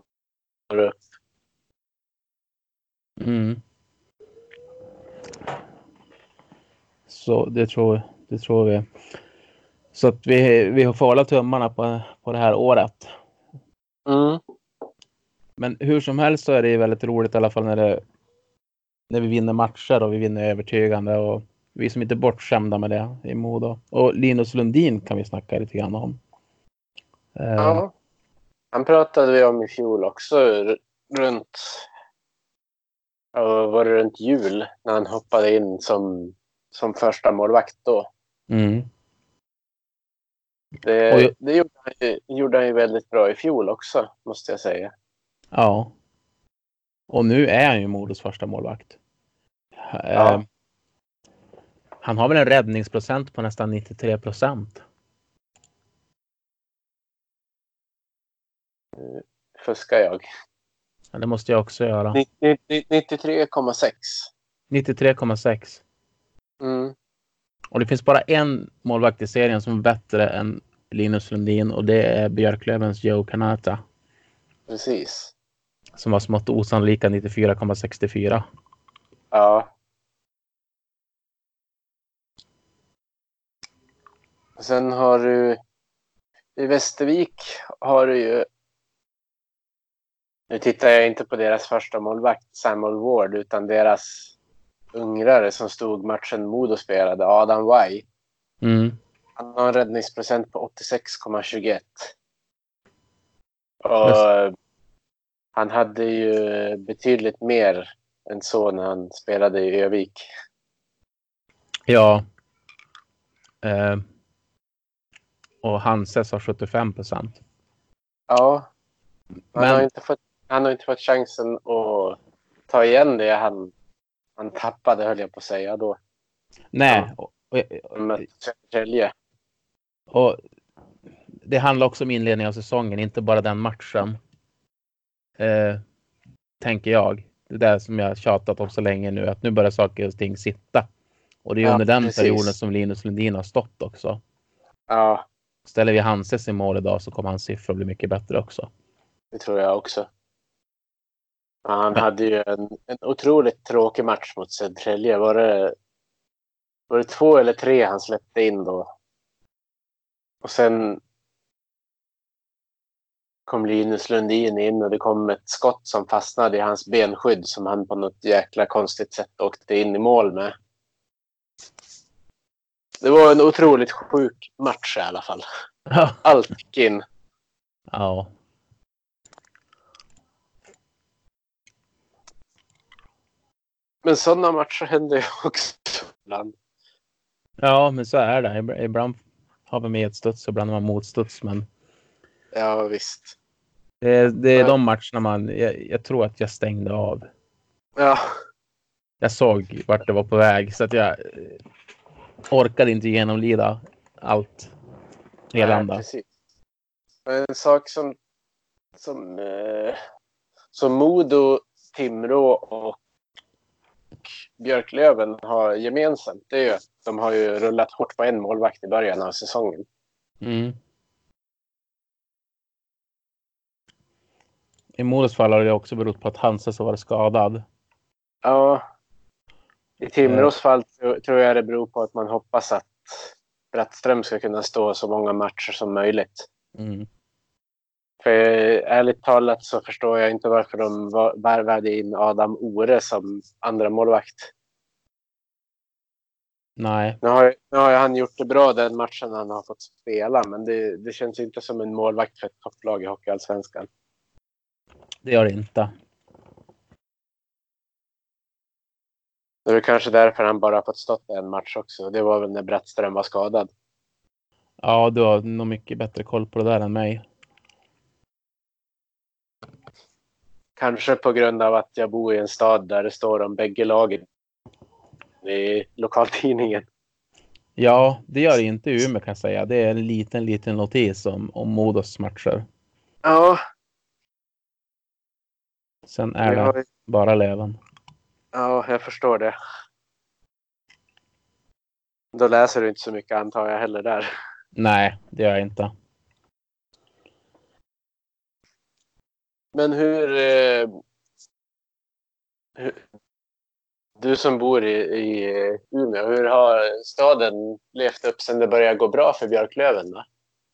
Så det tror vi. Så att vi får hålla tummarna på det här året. Men hur som helst så är det väldigt roligt i alla fall när vi vinner matcher och vi vinner övertygande, och vi som inte är bortskämda med det i Modo. Och Linus Lundin kan vi snacka lite grann om. Ja, han pratade vi om i fjol också runt jul när han hoppade in som första målvakt då. Det gjorde han ju väldigt bra i fjol också, måste jag säga. Ja. Och nu är han ju Modos första målvakt. Ja. Han har väl en räddningsprocent på nästan 93%. Fuskar jag. Ja, det måste jag också göra. 93,6. 93,6. Och det finns bara en målvakt i serien som är bättre än Linus Lundin, och det är Björklövens Joe Kanata. Precis. Som har smått osannolika 94,64. Ja. Sen har du i Västervik har du ju, nu tittar jag inte på deras första målvakt Samuel Ward utan deras ungrare som stod matchen Modo spelade, Adam White. Han har en räddningsprocent på 86,21. Och han hade ju betydligt mer än så när han spelade i Övik. Ja. Och Hanses har 75%. Ja. Han har inte fått chansen att ta igen det han tappade, höll jag på att säga då. Nej. Ja. Och det handlar också om inledningen av säsongen, inte bara den matchen. Tänker jag. Det där som jag tjatat om så länge nu, att nu börjar saker och ting sitta. Och det är under den perioden som Linus Lundin har stått också. Ja. Ställer vi Hanses i mål idag så kommer hans siffror bli mycket bättre också. Det tror jag också. Han hade ju en otroligt tråkig match mot Södertälje. Var det 2 eller 3 han släppte in då? Och sen kom Linus Lundin in och det kom ett skott som fastnade i hans benskydd som han på något jäkla konstigt sätt åkte in i mål med. Det var en otroligt sjuk match i alla fall. Allt gick in. Ja. Men sådana matcher händer ju också ibland. Ja, men så är det. Ibland har vi medstuds och ibland har man motstuds. Men Ja, visst. det är de matcherna jag tror att jag stängde av. Ja. Jag såg vart det var på väg så att jag orkade inte genomlida allt. Elända. Precis. En sak som Modo, Timrå och Björklöven har gemensamt, det är ju att de har ju rullat hårt på en målvakt i början av säsongen. Mm. I Modos fall har det också berott på att Hanses var skadad. Ja. I Timrås fall tror jag det beror på att man hoppas att Brattström ska kunna stå så många matcher som möjligt. Mm. För ärligt talat så förstår jag inte varför de värvade in Adam Ore som andra målvakt. Nej. Nu har han gjort det bra den matchen han har fått spela, men det känns inte som en målvakt för ett topplag i Hockeyallsvenskan. Det gör det inte. Det är kanske därför han bara fått stått en match också. Det var väl när Brattström var skadad. Ja, du har nog mycket bättre koll på det där än mig. Kanske på grund av att jag bor i en stad där det står om bägge lagen i lokaltidningen. Ja, det gör det inte i Umeå kan jag säga. Det är en liten notis om Modos matcher. Ja. Sen är det bara Löven. Ja, jag förstår det. Då läser du inte så mycket antar jag heller där. Nej, det gör jag inte. Men hur du som bor i Umeå, hur har staden levt upp sen det började gå bra för Björklöven då?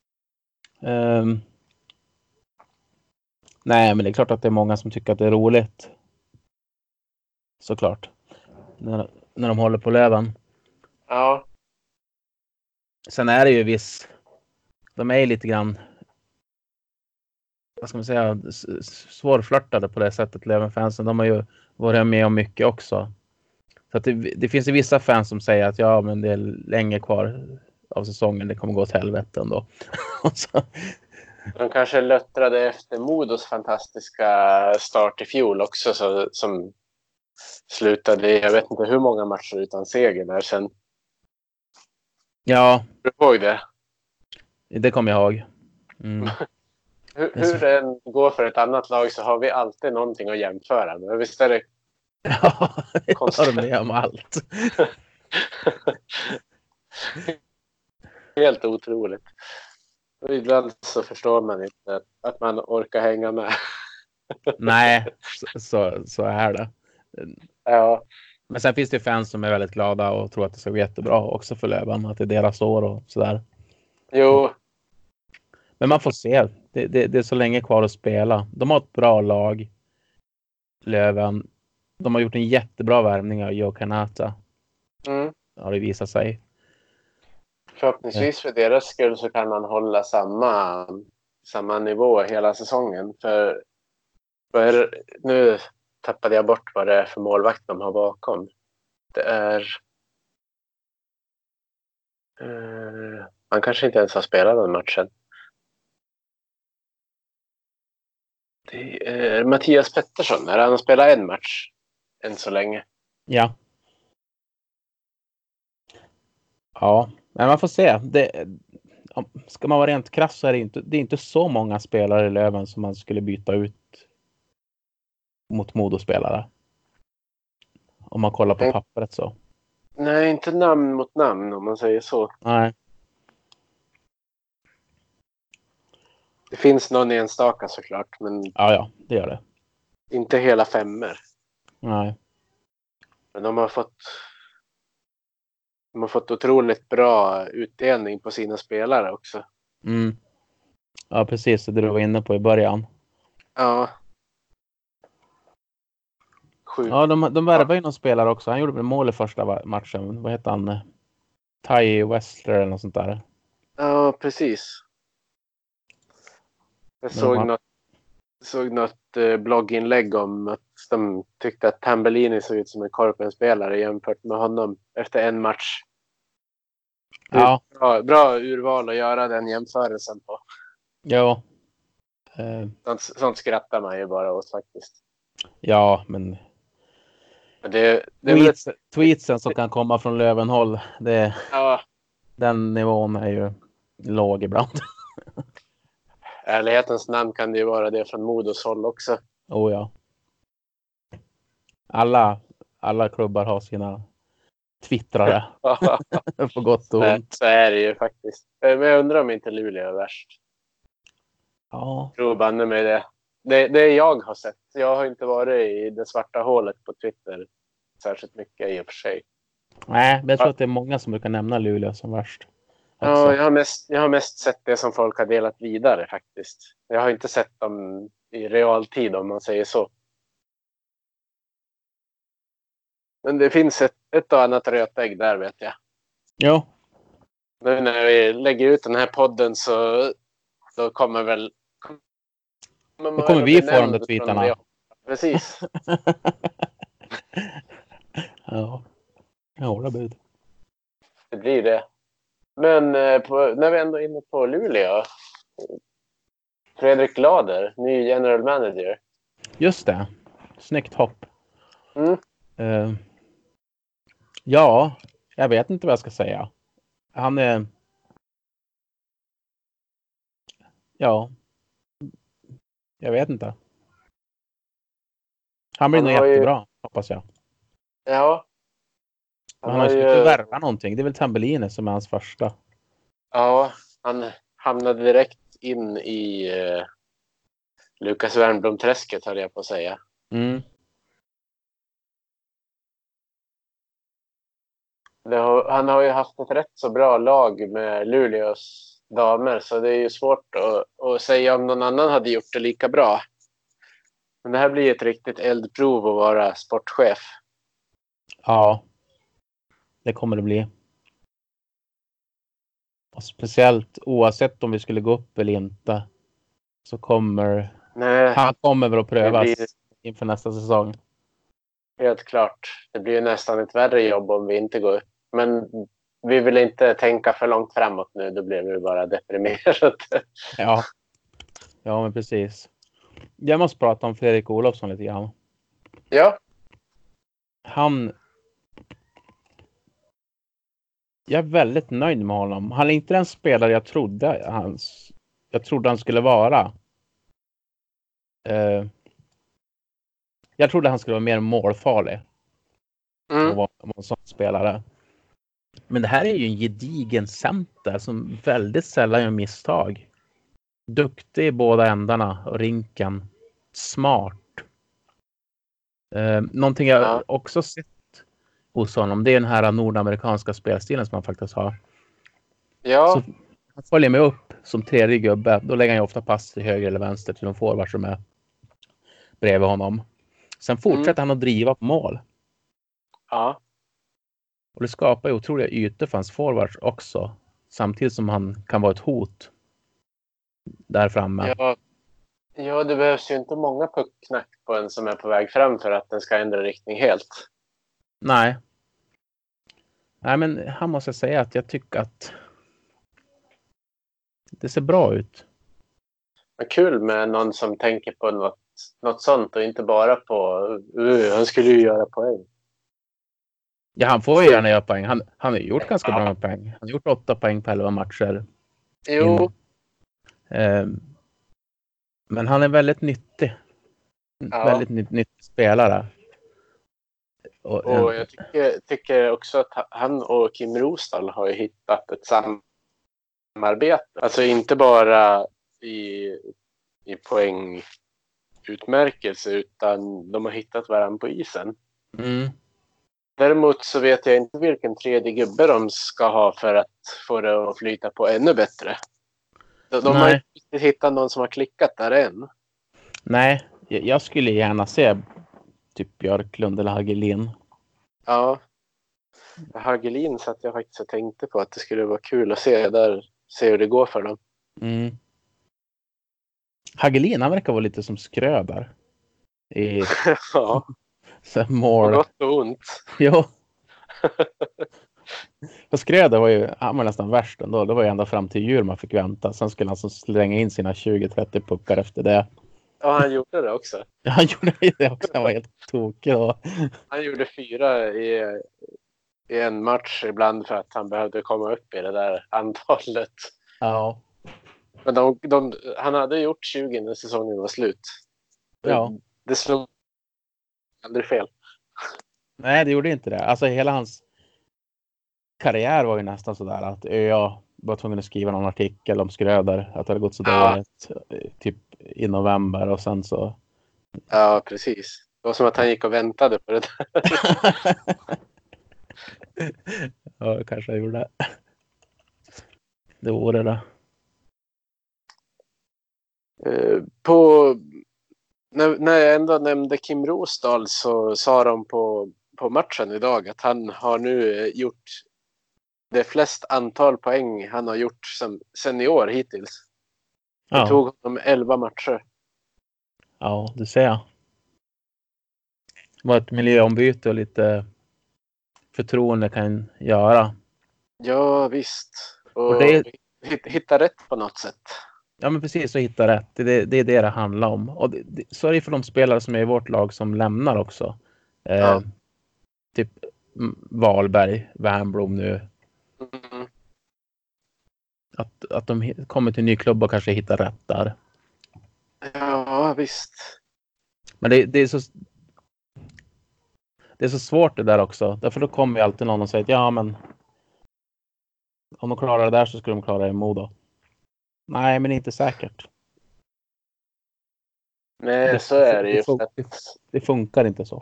Nej, men det är klart att det är många som tycker att det är roligt. Såklart. När de håller på Löven. Ja. Sen är det ju de är lite grann, vad ska man säga, svårflörtade på det sättet, Löven-fansen. De har ju varit med om mycket också. Så att det finns ju vissa fans som säger att ja, men det är länge kvar av säsongen. Det kommer gå åt helvete ändå. De kanske löttrade efter Modos fantastiska start i fjol också, som slutade, jag vet inte hur många matcher utan seger där sen. Ja. Du ihåg det? Det kommer jag ihåg. Mm. Hur det än går för ett annat lag så har vi alltid någonting att jämföra med. Visst är det? Ja, det har de med om allt. Helt otroligt. Och ibland så förstår man inte att man orkar hänga med. Nej, så är det. Ja. Men sen finns det fans som är väldigt glada och tror att det ska gå jättebra också för Löven. Att det är deras år och sådär. Jo. Men man får se. Det är så länge kvar att spela. De har ett bra lag. Löven. De har gjort en jättebra värvning av Joe Kanata. Mm. Har det visat sig. Förhoppningsvis för deras skull så kan man hålla samma nivå hela säsongen. För nu tappade jag bort vad det är för målvakt de har bakom. Det är... man kanske inte ens har spelat den matchen. Det är Mattias Pettersson. Han har spelat en match än så länge. Ja. Ja, men man får se. ska man vara rent krass så är det är inte så många spelare i Löven som man skulle byta ut mot Modospelare. Om man kollar på pappret så. Nej, inte namn mot namn om man säger så. Nej. Det finns någon enstaka såklart, men Ja, det gör det. inte hela 5:or. Nej. Men de har fått otroligt bra utdelning på sina spelare också. Mm. Ja, precis. Det du var inne på i början. Ja. Sjukt. Ja, de värvar ju någon spelare också. Han gjorde väl mål i första matchen. Vad heter han? Ty Westler eller något sånt där. Ja, precis. Jag såg något blogginlägg om att de tyckte att Tambellini såg ut som en Korpen-spelare jämfört med honom efter en match. Ja. Bra urval att göra den jämförelsen på. Ja. Sånt skrattar man ju bara åt faktiskt. Ja, men tweetsen som kan komma från Lövenhåll, den nivån är ju låg ibland. Ärlighetens namn kan det ju vara det från Modos håll också. Oh ja. Alla klubbar har sina twittrare. På gott och ont. Så är det ju faktiskt. Men jag undrar om inte Luleå är värst. Ja. Tror banne mig det. Det jag har sett. Jag har inte varit i det svarta hålet på Twitter särskilt mycket i och för sig. Nej, men jag tror att det är många som brukar nämna Luleå som värst. Ja, jag har mest sett det som folk har delat vidare faktiskt. Jag har inte sett dem i realtid om man säger så. Men det finns ett och annat rötägg där vet jag. Ja. Nu när vi lägger ut den här podden så då kommer väl... Då kommer vi få de där tweetarna. Precis. Ja. Ja, bud. Det blir det. Men när vi ändå är inne på Luleå. Fredrik Glader, ny general manager. Just det. Snyggt hopp. Mm. Ja, jag vet inte vad jag ska säga. Han är... Ja. Jag vet inte. Han blir nog jättebra, hoppas jag. Ja. Han har ju inte värva någonting. Det är väl Tambellini som är hans första. Ja, han hamnade direkt in i Lukas Wernbloom-träsket, höll jag på att säga. Mm. Han har ju haft ett rätt så bra lag med Luleås damer, så det är ju svårt att säga om någon annan hade gjort det lika bra. Men det här blir ett riktigt eldprov att vara sportchef. Ja, det kommer det bli. Och speciellt oavsett om vi skulle gå upp eller inte så kommer han kommer väl att prövas inför nästa säsong. Helt klart. Det blir ju nästan ett värre jobb om vi inte går upp. Men vi vill inte tänka för långt framåt nu. Då blir vi bara deprimerade. Ja, men precis. Jag måste prata om Fredrik Olofsson lite grann. Ja. Jag är väldigt nöjd med honom. Han är inte den spelare jag trodde han skulle vara. Jag trodde han skulle vara mer målfarlig. Och vara en sån spelare. Men det här är ju en gedigen center som väldigt sällan gör misstag. Duktig i båda ändarna och rinken. Smart. Någonting jag också sett hos honom, det är den här nordamerikanska spelstilen som han faktiskt har. Ja. Så han följer med upp som tredje gubbe. Då lägger han ju ofta pass till höger eller vänster till de forward som är bredvid honom. Sen fortsätter han att driva på mål. Ja. Och det skapar ju otroliga ytor för hans forwards också. Samtidigt som han kan vara ett hot där framme. Ja, det behövs ju inte många puckknack på en som är på väg fram för att den ska ändra riktning helt. Nej, men han måste säga att jag tycker att det ser bra ut. Men kul med någon som tänker på något sånt och inte bara på han skulle ju göra poäng. Ja, han får ju gärna göra poäng. Han har gjort ganska bra med poäng. Han har gjort 8 poäng på 11 matcher. Jo, Men han är väldigt nyttig. ja. Väldigt nyttig spelare. Och jag tycker också att han och Kim Rosdahl har ju hittat ett samarbete. Alltså inte bara i poängutmärkelse, utan de har hittat varandra på isen. Mm. Däremot så vet jag inte vilken tredje gubbe de ska ha för att få det att flyta på ännu bättre. De har inte hittat någon som har klickat där än. Nej, jag skulle gärna se typ Björklund eller Hagelin. Ja. Hagelin satt jag faktiskt och tänkte på att det skulle vara kul att se hur det går för dem. Mm. Hagelin, han verkar vara lite som Skröder. Ja, Så på mål. gott och ont. Jo. För Skröder han var nästan värst ändå. Det var ju ända fram till jul man fick vänta. Sen skulle han alltså slänga in sina 20-30 puckar efter det. Ja, han gjorde det också. Ja, han gjorde det också. Han var helt tokig då. Han gjorde 4 i en match ibland för att han behövde komma upp i det där antalet. Ja. Men han hade gjort 20 när säsongen var slut. Ja. Det slog aldrig fel. Nej, det gjorde inte det. Alltså hela hans karriär var ju nästan sådär att jag var tvungen att skriva någon artikel om Skröder. Att det hade gått så dåligt typ i november och sen så... Ja, precis. Det var som att han gick och väntade på det där. Ja, kanske jag gjorde. Det vore det. När jag ändå nämnde Kim Rosdahl så sa de på matchen idag att han har nu gjort det flest antal poäng han har gjort sen i år hittills. Det tog honom 11 matcher. Ja, det ser jag. Vad ett miljöombyte och lite förtroende kan göra. Ja, visst. Och hitta rätt på något sätt. Ja, men precis, så hitta rätt. Det är det handlar om. Och så är det för de spelare som är i vårt lag som lämnar också. Typ Wahlberg, Wernbloom nu. Mm. Att de kommer till en ny klubb och kanske hittar rätt där. Ja, visst. Men det är så svårt det där också. Därför då kommer ju alltid någon och säger att ja, men om de klarar det där så skulle de klara det i Modo. Nej, men inte säkert. Nej, så är det ju. Det funkar inte så.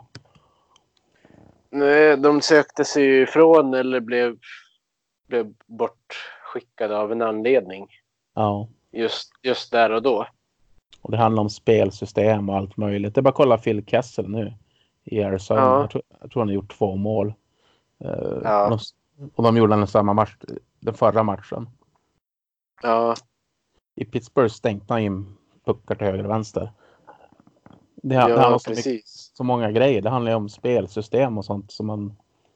Nej, de sökte sig ifrån eller blev bortskickade av en anledning. Ja. Just där och då. Och det handlar om spelsystem och allt möjligt. Det är bara att kolla Phil Kessel nu i Arizona. Ja. Jag tror han har gjort 2 mål. Och de gjorde den samma match, den förra matchen. Ja. I Pittsburgh stängde han in puckar till höger och vänster. Det handlar så många grejer. Det handlar ju om spelsystem och sånt som man...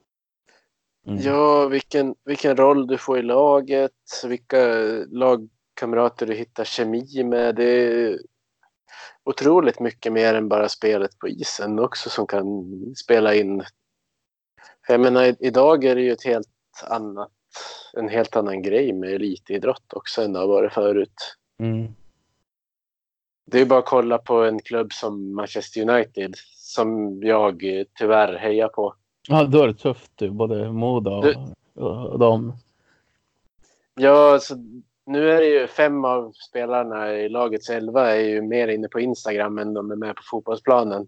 Ja, vilken roll du får i laget. Vilka lagkamrater du hittar kemi med. Det är otroligt mycket mer än bara spelet på isen också som kan spela in. För jag menar, idag är det ju en helt annan grej med elitidrott också än det har varit förut. Mm. Det är bara att kolla på en klubb som Manchester United som jag tyvärr hejar på. Ja, då är det tufft du. Både Modo och dem. Ja, så nu är det ju 5 av spelarna i lagets 11 är ju mer inne på Instagram än de är med på fotbollsplanen.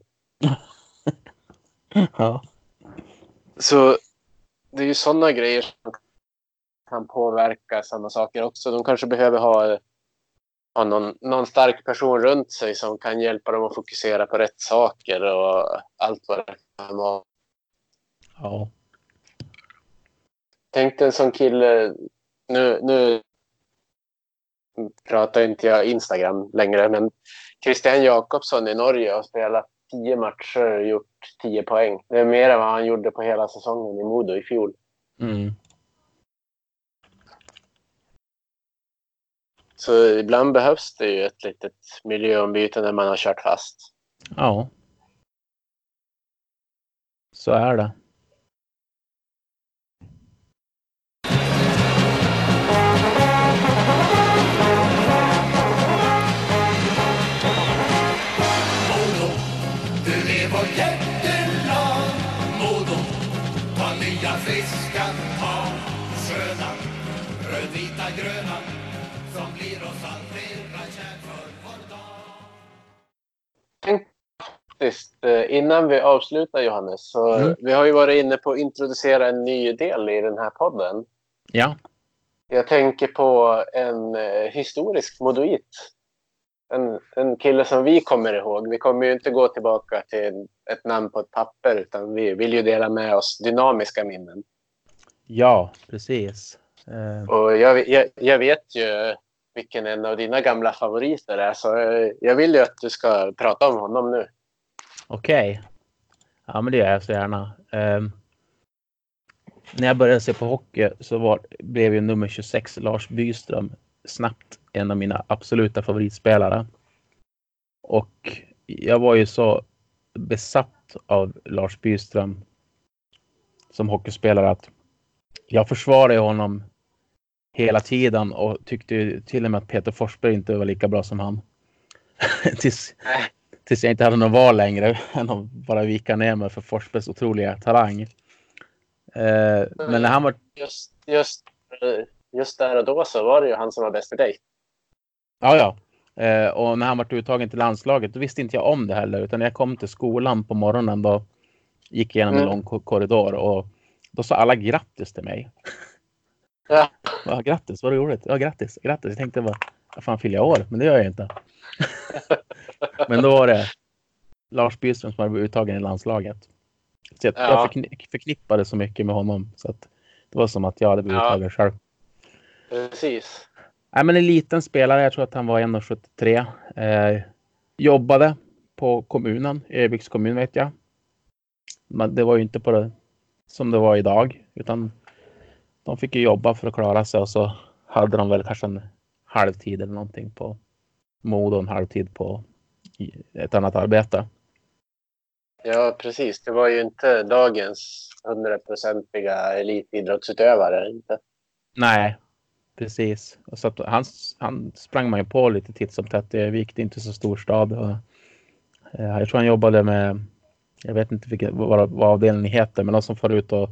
Ja. Så det är ju sådana grejer som kan påverka sådana saker också. De kanske behöver ha någon stark person runt sig som kan hjälpa dem att fokusera på rätt saker och allt vad det kan vara. Ja. Tänk dig en sån kille, nu pratar inte jag Instagram längre, men Christian Jakobsson i Norge har spelat 10 matcher och gjort 10 poäng. Det är mer än vad han gjorde på hela säsongen i Modo i fjol. Mm. Så ibland behövs det ju ett litet miljöombyte när man har kört fast. Ja. Så är det. Innan vi avslutar, Johannes, så vi har ju varit inne på att introducera en ny del i den här podden. Ja. Jag tänker på en historisk modoit. En kille som vi kommer ihåg. Vi kommer ju inte gå tillbaka till ett namn på ett papper, utan vi vill ju dela med oss dynamiska minnen. Ja, precis. Och jag vet ju vilken en av dina gamla favoriter är, så jag vill ju att du ska prata om honom nu. Okej. Ja, men det gör jag så gärna. När jag började se på hockey så blev ju nummer 26 Lars Byström snabbt en av mina absoluta favoritspelare. Och jag var ju så besatt av Lars Byström som hockeyspelare att jag försvarade honom hela tiden och tyckte ju till och med att Peter Forsberg inte var lika bra som han. tills jag inte hade någon val längre än att bara vika ner mig för Forsbergs otroliga talang. Men när han var... Just där och då så var det ju han som var bäst för dig. Ja. Och när han var uttagen till landslaget, då visste inte jag om det heller. Utan när jag kom till skolan på morgonen, då gick jag igenom en lång korridor och då sa alla grattis till mig. Ja. Ja, grattis, vad roligt. Ja, grattis. Jag tänkte bara, vad fan fyller jag år? Men det gör jag inte. Men då var det Lars Byström som var uttagen i landslaget. Så jag förknippade så mycket med honom. Så att det var som att jag hade blivit uttagen själv. Precis. Nej, men en liten spelare, jag tror att han var 1,73. Jobbade på kommunen, Öviks kommun vet jag. Men det var ju inte på det som det var idag. Utan de fick ju jobba för att klara sig och så hade de väl kanske en halvtid eller någonting på Modo och en halvtid på ett annat arbete. Ja, precis. Det var ju inte dagens 100-procentiga elitidrottsutövare. Inte. Nej, precis. Och så att han sprang man ju på lite titt som tätt. Det är inte så stor stad. Och, jag tror han jobbade med, jag vet inte vad avdelningen heter, men de som får ut och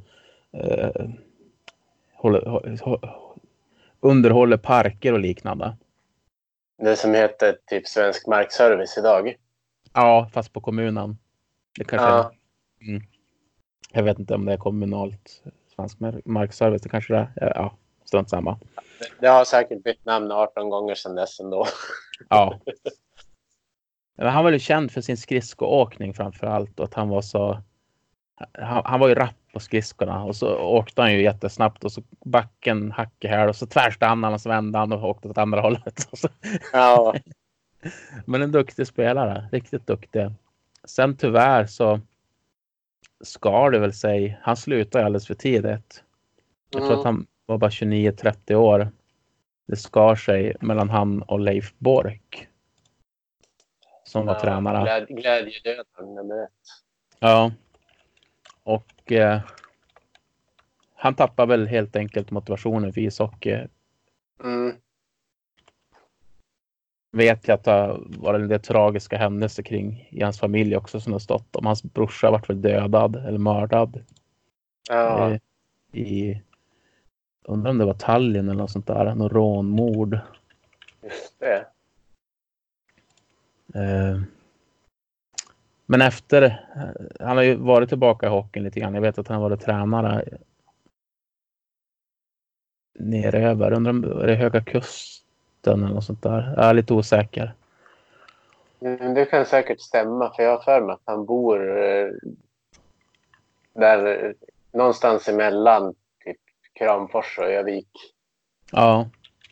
underhåller parker och liknande. Det som heter typ Svensk Markservice idag. Ja, fast på kommunen. Det kanske jag vet inte om det är kommunalt Svensk Markservice. Det kanske det är. Ja, strunt samma. Det har säkert bytt namn 18 gånger sedan dess ändå. Ja. Men han var ju känd för sin skridskoåkning framförallt. Och att han var så... Han var ju rapp på skridskorna. Och så åkte han ju jättesnabbt. Och så backen hackade här. Och så tvärstannade han och så vände han och åkte åt andra hållet. Ja. Men en duktig spelare. Riktigt duktig. Sen tyvärr så skar det väl sig. Han slutade alldeles för tidigt. Jag tror att han var bara 29-30 år. Det skar sig mellan han och Leif Bork. Som var tränare. Glädjedöden nummer 1. Ja. Och han tappade väl helt enkelt motivationen för ishockey. Vet jag att det var en del tragiska händelser kring i hans familj också som har stått om. Hans brorsa vart väl dödad eller mördad. Ja. Undrar om det var Tallinn eller något sånt där. Någon rånmord. Just det. Men efter, han har ju varit tillbaka i hockeyn lite grann. Jag vet att han har varit tränare neröver. Undrar om det är Höga Kusten eller något sånt där. Jag är lite osäker. Det kan säkert stämma, för jag har för mig att han bor där någonstans emellan typ Kramfors och Övik. Ja.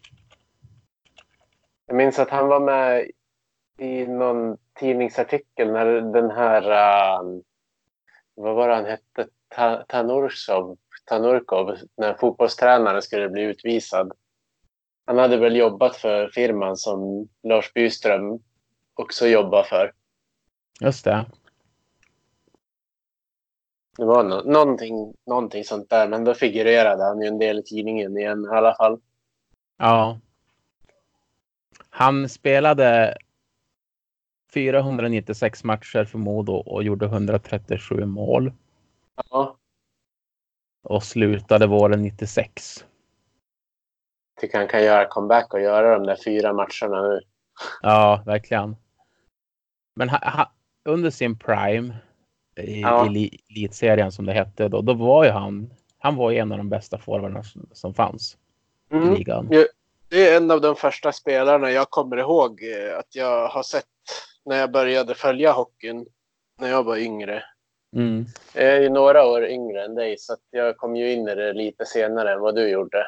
Jag minns att han var med i någon tidningsartikel när den här vad var det han hette? Tanurkov, när fotbollstränaren skulle bli utvisad. Han hade väl jobbat för firman som Lars Byström också jobbar för. Just det. Det var någonting sånt där, men då figurerade han ju en del i tidningen igen i alla fall. Ja. Han spelade 496 matcher för Modo och gjorde 137 mål. Ja. Och slutade våren 96. tycker han kan göra comeback och göra de där 4 matcherna nu. Ja, verkligen. Men under sin prime i elitserien som det hette då var ju han var ju en av de bästa forwarderna som fanns i ligan. Ja, det är en av de första spelarna jag kommer ihåg att jag har sett när jag började följa hockeyn när jag var yngre. Jag är ju några år yngre än dig, så att jag kom ju in i det lite senare än vad du gjorde.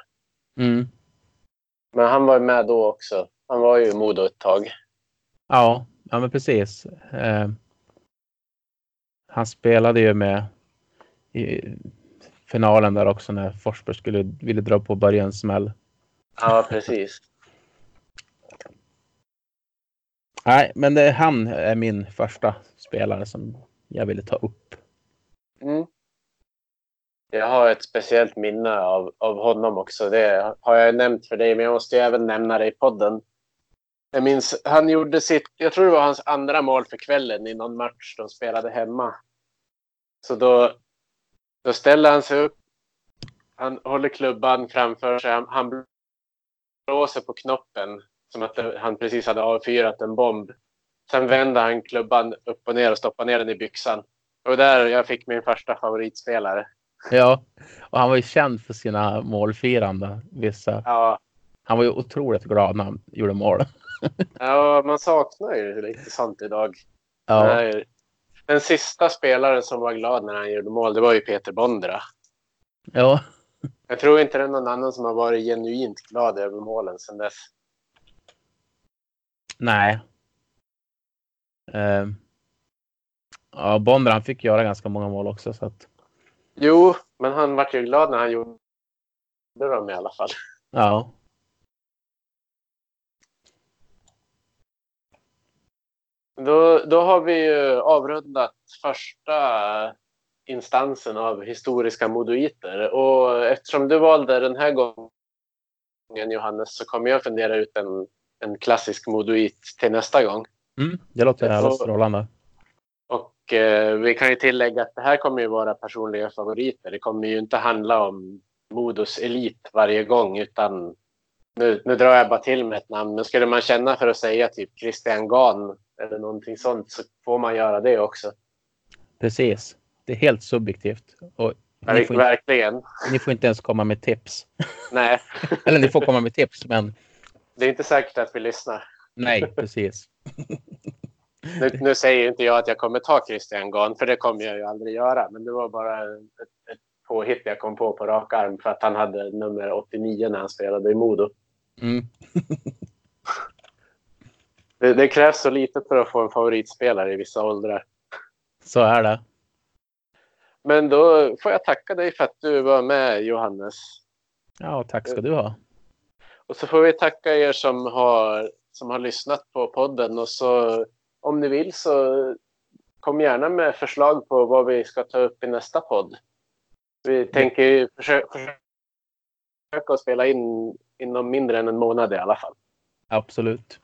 Men han var ju med då också. Han var ju i Modo ett tag. Ja, men precis. Han spelade ju med i finalen där också när Forsberg ville dra på början smäll. Ja, precis. Nej, men han är min första spelare som jag ville ta upp. Jag har ett speciellt minne av honom också. Det har jag nämnt för dig, men jag måste ju även nämna det i podden. Jag minns, han gjorde jag tror det var hans andra mål för kvällen i någon match de spelade hemma. Så då ställer han sig upp. Han håller klubban framför sig. Han blåser på knoppen som att han precis hade avfyrat en bomb. Sen vänder han klubban upp och ner och stoppar ner den i byxan. Och där jag fick min första favoritspelare. Ja, och han var ju känd för sina målfirande. Vissa. Ja. Han var ju otroligt glad när han gjorde mål. Ja, man saknar ju lite sånt idag. Ja. Den sista spelaren som var glad när han gjorde mål, det var ju Peter Bondra. Ja. Jag tror inte det är någon annan som har varit genuint glad över målen sedan dess. Nej. Ja, Bondra, han fick göra ganska många mål också. Så att... Jo, men han var ju glad när han gjorde dem i alla fall. Ja. Då har vi ju avrundat första instansen av historiska modoiter. Och eftersom du valde den här gången, Johannes, så kommer jag fundera ut en klassisk modoit till nästa gång. Det låter alldeles strålande. Och vi kan ju tillägga att det här kommer ju vara personliga favoriter. Det kommer ju inte handla om Modos elit varje gång, utan nu drar jag bara till med ett namn. Men skulle man känna för att säga typ Christian Gahn eller någonting sånt, så får man göra det också. Precis. Det är helt subjektivt. Och verkligen. Ni får inte ens komma med tips. Nej. Eller ni får komma med tips, men... Det är inte säkert att vi lyssnar. Nej, precis. Nu säger inte jag att jag kommer ta Christian Gahn, för det kommer jag ju aldrig göra. Men det var bara ett påhitt jag kom på rak arm för att han hade nummer 89 när han spelade i Modo. Det krävs så lite för att få en favoritspelare i vissa åldrar. Så är det. Men då får jag tacka dig för att du var med, Johannes. Ja, tack ska du ha. Och så får vi tacka er som har lyssnat på podden. Och så om ni vill så kom gärna med förslag på vad vi ska ta upp i nästa podd. Vi tänker försöka att spela in inom mindre än en månad i alla fall. Absolut.